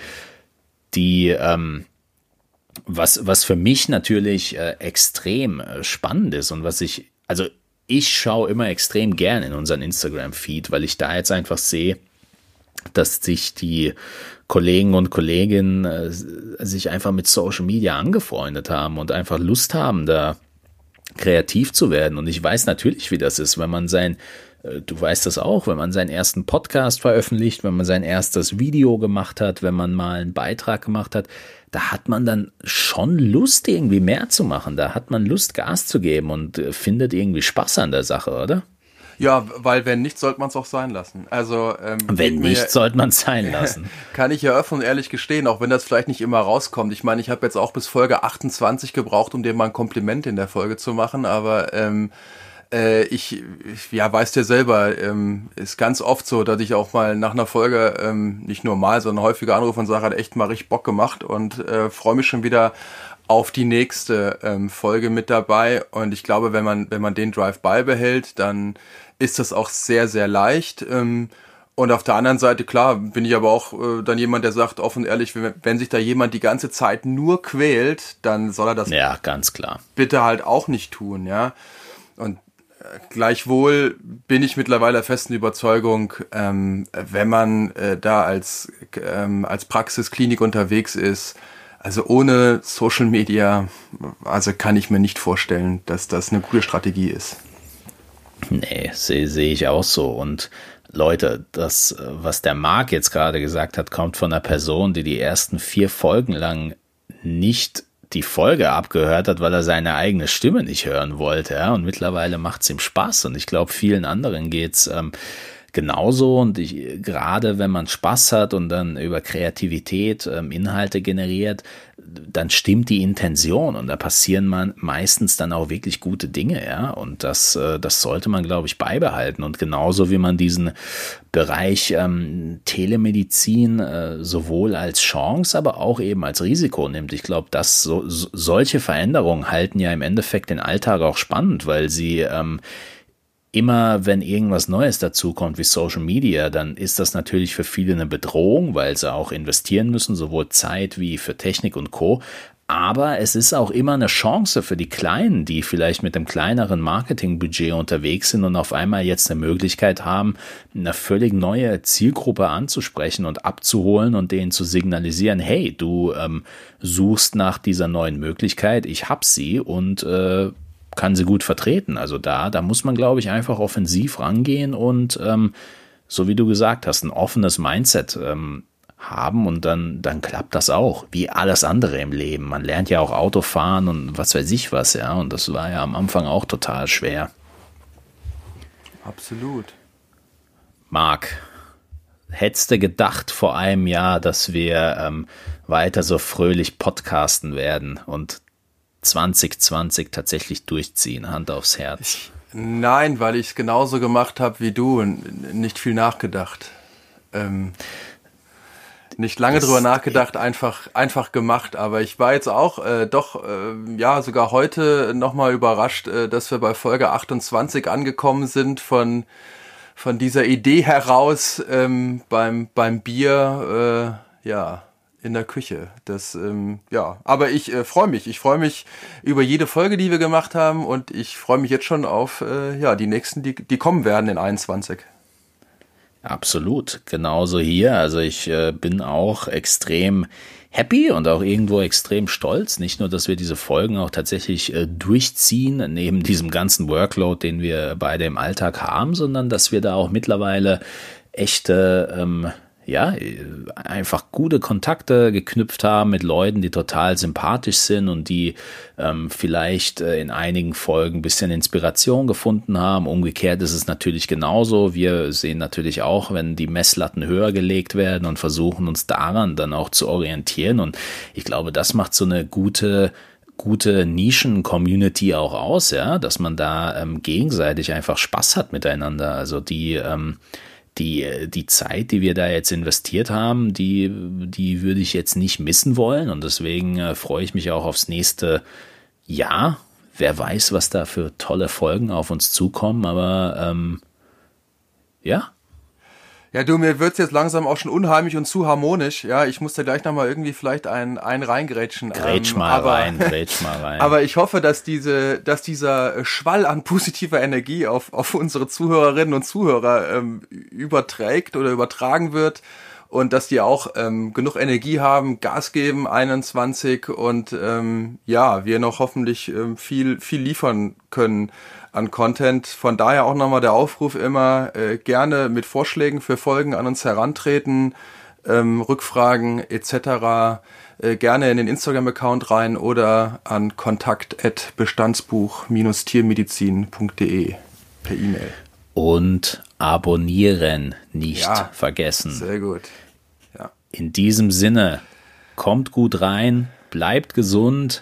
Die ähm, Was, was für mich natürlich äh, extrem äh, spannend ist und was ich, also ich schaue immer extrem gern in unseren Instagram-Feed, weil ich da jetzt einfach sehe, dass sich die Kollegen und Kolleginnen äh, sich einfach mit Social Media angefreundet haben und einfach Lust haben, da kreativ zu werden. Und ich weiß natürlich, wie das ist, wenn man sein Du weißt das auch, wenn man seinen ersten Podcast veröffentlicht, wenn man sein erstes Video gemacht hat, wenn man mal einen Beitrag gemacht hat, da hat man dann schon Lust, irgendwie mehr zu machen. Da hat man Lust, Gas zu geben und findet irgendwie Spaß an der Sache, oder? Ja, weil wenn nicht, sollte man es auch sein lassen. Also ähm, Wenn nicht, mir, sollte man es sein lassen. Kann ich ja offen und ehrlich gestehen, auch wenn das vielleicht nicht immer rauskommt. Ich meine, ich habe jetzt auch bis Folge achtundzwanzig gebraucht, um dir mal ein Kompliment in der Folge zu machen, aber ähm, Äh, ich, ich, ja, weißt ja selber, ähm, ist ganz oft so, dass ich auch mal nach einer Folge, ähm, nicht nur mal, sondern häufiger anrufe und sage, hat echt mal richtig Bock gemacht und äh, freue mich schon wieder auf die nächste ähm, Folge mit dabei. Und ich glaube, wenn man, wenn man den Drive beibehält, dann ist das auch sehr, sehr leicht. Ähm, und auf der anderen Seite, klar, bin ich aber auch äh, dann jemand, der sagt, offen und ehrlich, wenn, wenn sich da jemand die ganze Zeit nur quält, dann soll er das ja, ganz klar. bitte halt auch nicht tun, ja. Und äh, gleichwohl bin ich mittlerweile der festen Überzeugung, ähm, wenn man äh, da als, ähm, als Praxisklinik unterwegs ist, also ohne Social Media, also kann ich mir nicht vorstellen, dass das eine gute Strategie ist. Nee, sehe seh ich auch so. Und Leute, das, was der Marc jetzt gerade gesagt hat, kommt von einer Person, die die ersten vier Folgen lang nicht die Folge abgehört hat, weil er seine eigene Stimme nicht hören wollte. Ja? Und mittlerweile macht es ihm Spaß. Und ich glaube, vielen anderen geht's ähm, genauso. Und ich, gerade wenn man Spaß hat und dann über Kreativität ähm, Inhalte generiert, dann stimmt die Intention und da passieren man meistens dann auch wirklich gute Dinge, ja. Und das, äh, das sollte man, glaube ich, beibehalten. Und genauso wie man diesen Bereich ähm, Telemedizin äh, sowohl als Chance, aber auch eben als Risiko nimmt. Ich glaube, dass so, so, solche Veränderungen halten ja im Endeffekt den Alltag auch spannend, weil sie ähm, immer, wenn irgendwas Neues dazukommt wie Social Media, dann ist das natürlich für viele eine Bedrohung, weil sie auch investieren müssen, sowohl Zeit wie für Technik und Co. Aber es ist auch immer eine Chance für die Kleinen, die vielleicht mit einem kleineren Marketingbudget unterwegs sind und auf einmal jetzt eine Möglichkeit haben, eine völlig neue Zielgruppe anzusprechen und abzuholen und denen zu signalisieren, hey, du ähm, suchst nach dieser neuen Möglichkeit, ich hab sie und äh, kann sie gut vertreten. Also da, da muss man, glaube ich, einfach offensiv rangehen und ähm, so wie du gesagt hast, ein offenes Mindset ähm, haben und dann, dann klappt das auch, wie alles andere im Leben. Man lernt ja auch Autofahren und was weiß ich was, ja, und das war ja am Anfang auch total schwer. Absolut. Marc, hättest du gedacht vor einem Jahr, dass wir ähm, weiter so fröhlich podcasten werden und zwanzig zwanzig tatsächlich durchziehen, Hand aufs Herz? Nein, weil ich es genauso gemacht habe wie du und nicht viel nachgedacht. Ähm, nicht lange das drüber nachgedacht, einfach einfach gemacht. Aber ich war jetzt auch äh, doch, äh, ja, sogar heute nochmal überrascht, äh, dass wir bei Folge achtundzwanzig angekommen sind von, von dieser Idee heraus ähm, beim, beim Bier, äh, ja, in der Küche. Das, ähm, ja, aber ich äh, freue mich. Ich freue mich über jede Folge, die wir gemacht haben und ich freue mich jetzt schon auf äh, ja, die nächsten, die, die kommen werden in einundzwanzig. Absolut, genauso hier. Also ich äh, bin auch extrem happy und auch irgendwo extrem stolz. Nicht nur, dass wir diese Folgen auch tatsächlich äh, durchziehen, neben diesem ganzen Workload, den wir beide im Alltag haben, sondern dass wir da auch mittlerweile echte ähm, ja, einfach gute Kontakte geknüpft haben mit Leuten, die total sympathisch sind und die ähm, vielleicht äh, in einigen Folgen ein bisschen Inspiration gefunden haben. Umgekehrt ist es natürlich genauso. Wir sehen natürlich auch, wenn die Messlatten höher gelegt werden und versuchen uns daran dann auch zu orientieren. Und ich glaube, das macht so eine gute gute Nischen-Community auch aus, ja, dass man da ähm, gegenseitig einfach Spaß hat miteinander. Also die ähm, Die, die Zeit, die wir da jetzt investiert haben, die, die würde ich jetzt nicht missen wollen und deswegen äh, freue ich mich auch aufs nächste Jahr. Wer weiß, was da für tolle Folgen auf uns zukommen, aber ähm, ja. Ja, du, mir wird's jetzt langsam auch schon unheimlich und zu harmonisch. Ja, ich muss da gleich nochmal irgendwie vielleicht einen, einen reingrätschen. Grätsch ähm, mal aber, rein, grätsch mal rein. Aber ich hoffe, dass diese, dass dieser Schwall an positiver Energie auf, auf unsere Zuhörerinnen und Zuhörer ähm, überträgt oder übertragen wird und dass die auch ähm, genug Energie haben, Gas geben, einundzwanzig und ähm, ja, wir noch hoffentlich ähm, viel, viel liefern können an Content. Von daher auch nochmal der Aufruf immer, äh, gerne mit Vorschlägen für Folgen an uns herantreten, ähm, Rückfragen et cetera. Äh, gerne in den Instagram-Account rein oder an kontakt at bestandsbuch Bindestrich tiermedizin punkt de per E-Mail. Und abonnieren nicht ja, vergessen. Sehr gut. Ja. In diesem Sinne, kommt gut rein, bleibt gesund.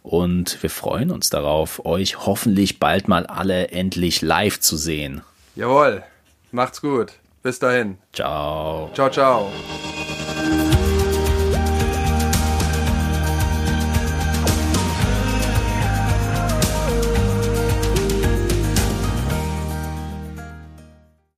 Und wir freuen uns darauf, euch hoffentlich bald mal alle endlich live zu sehen. Jawohl, macht's gut. Bis dahin. Ciao. Ciao, ciao.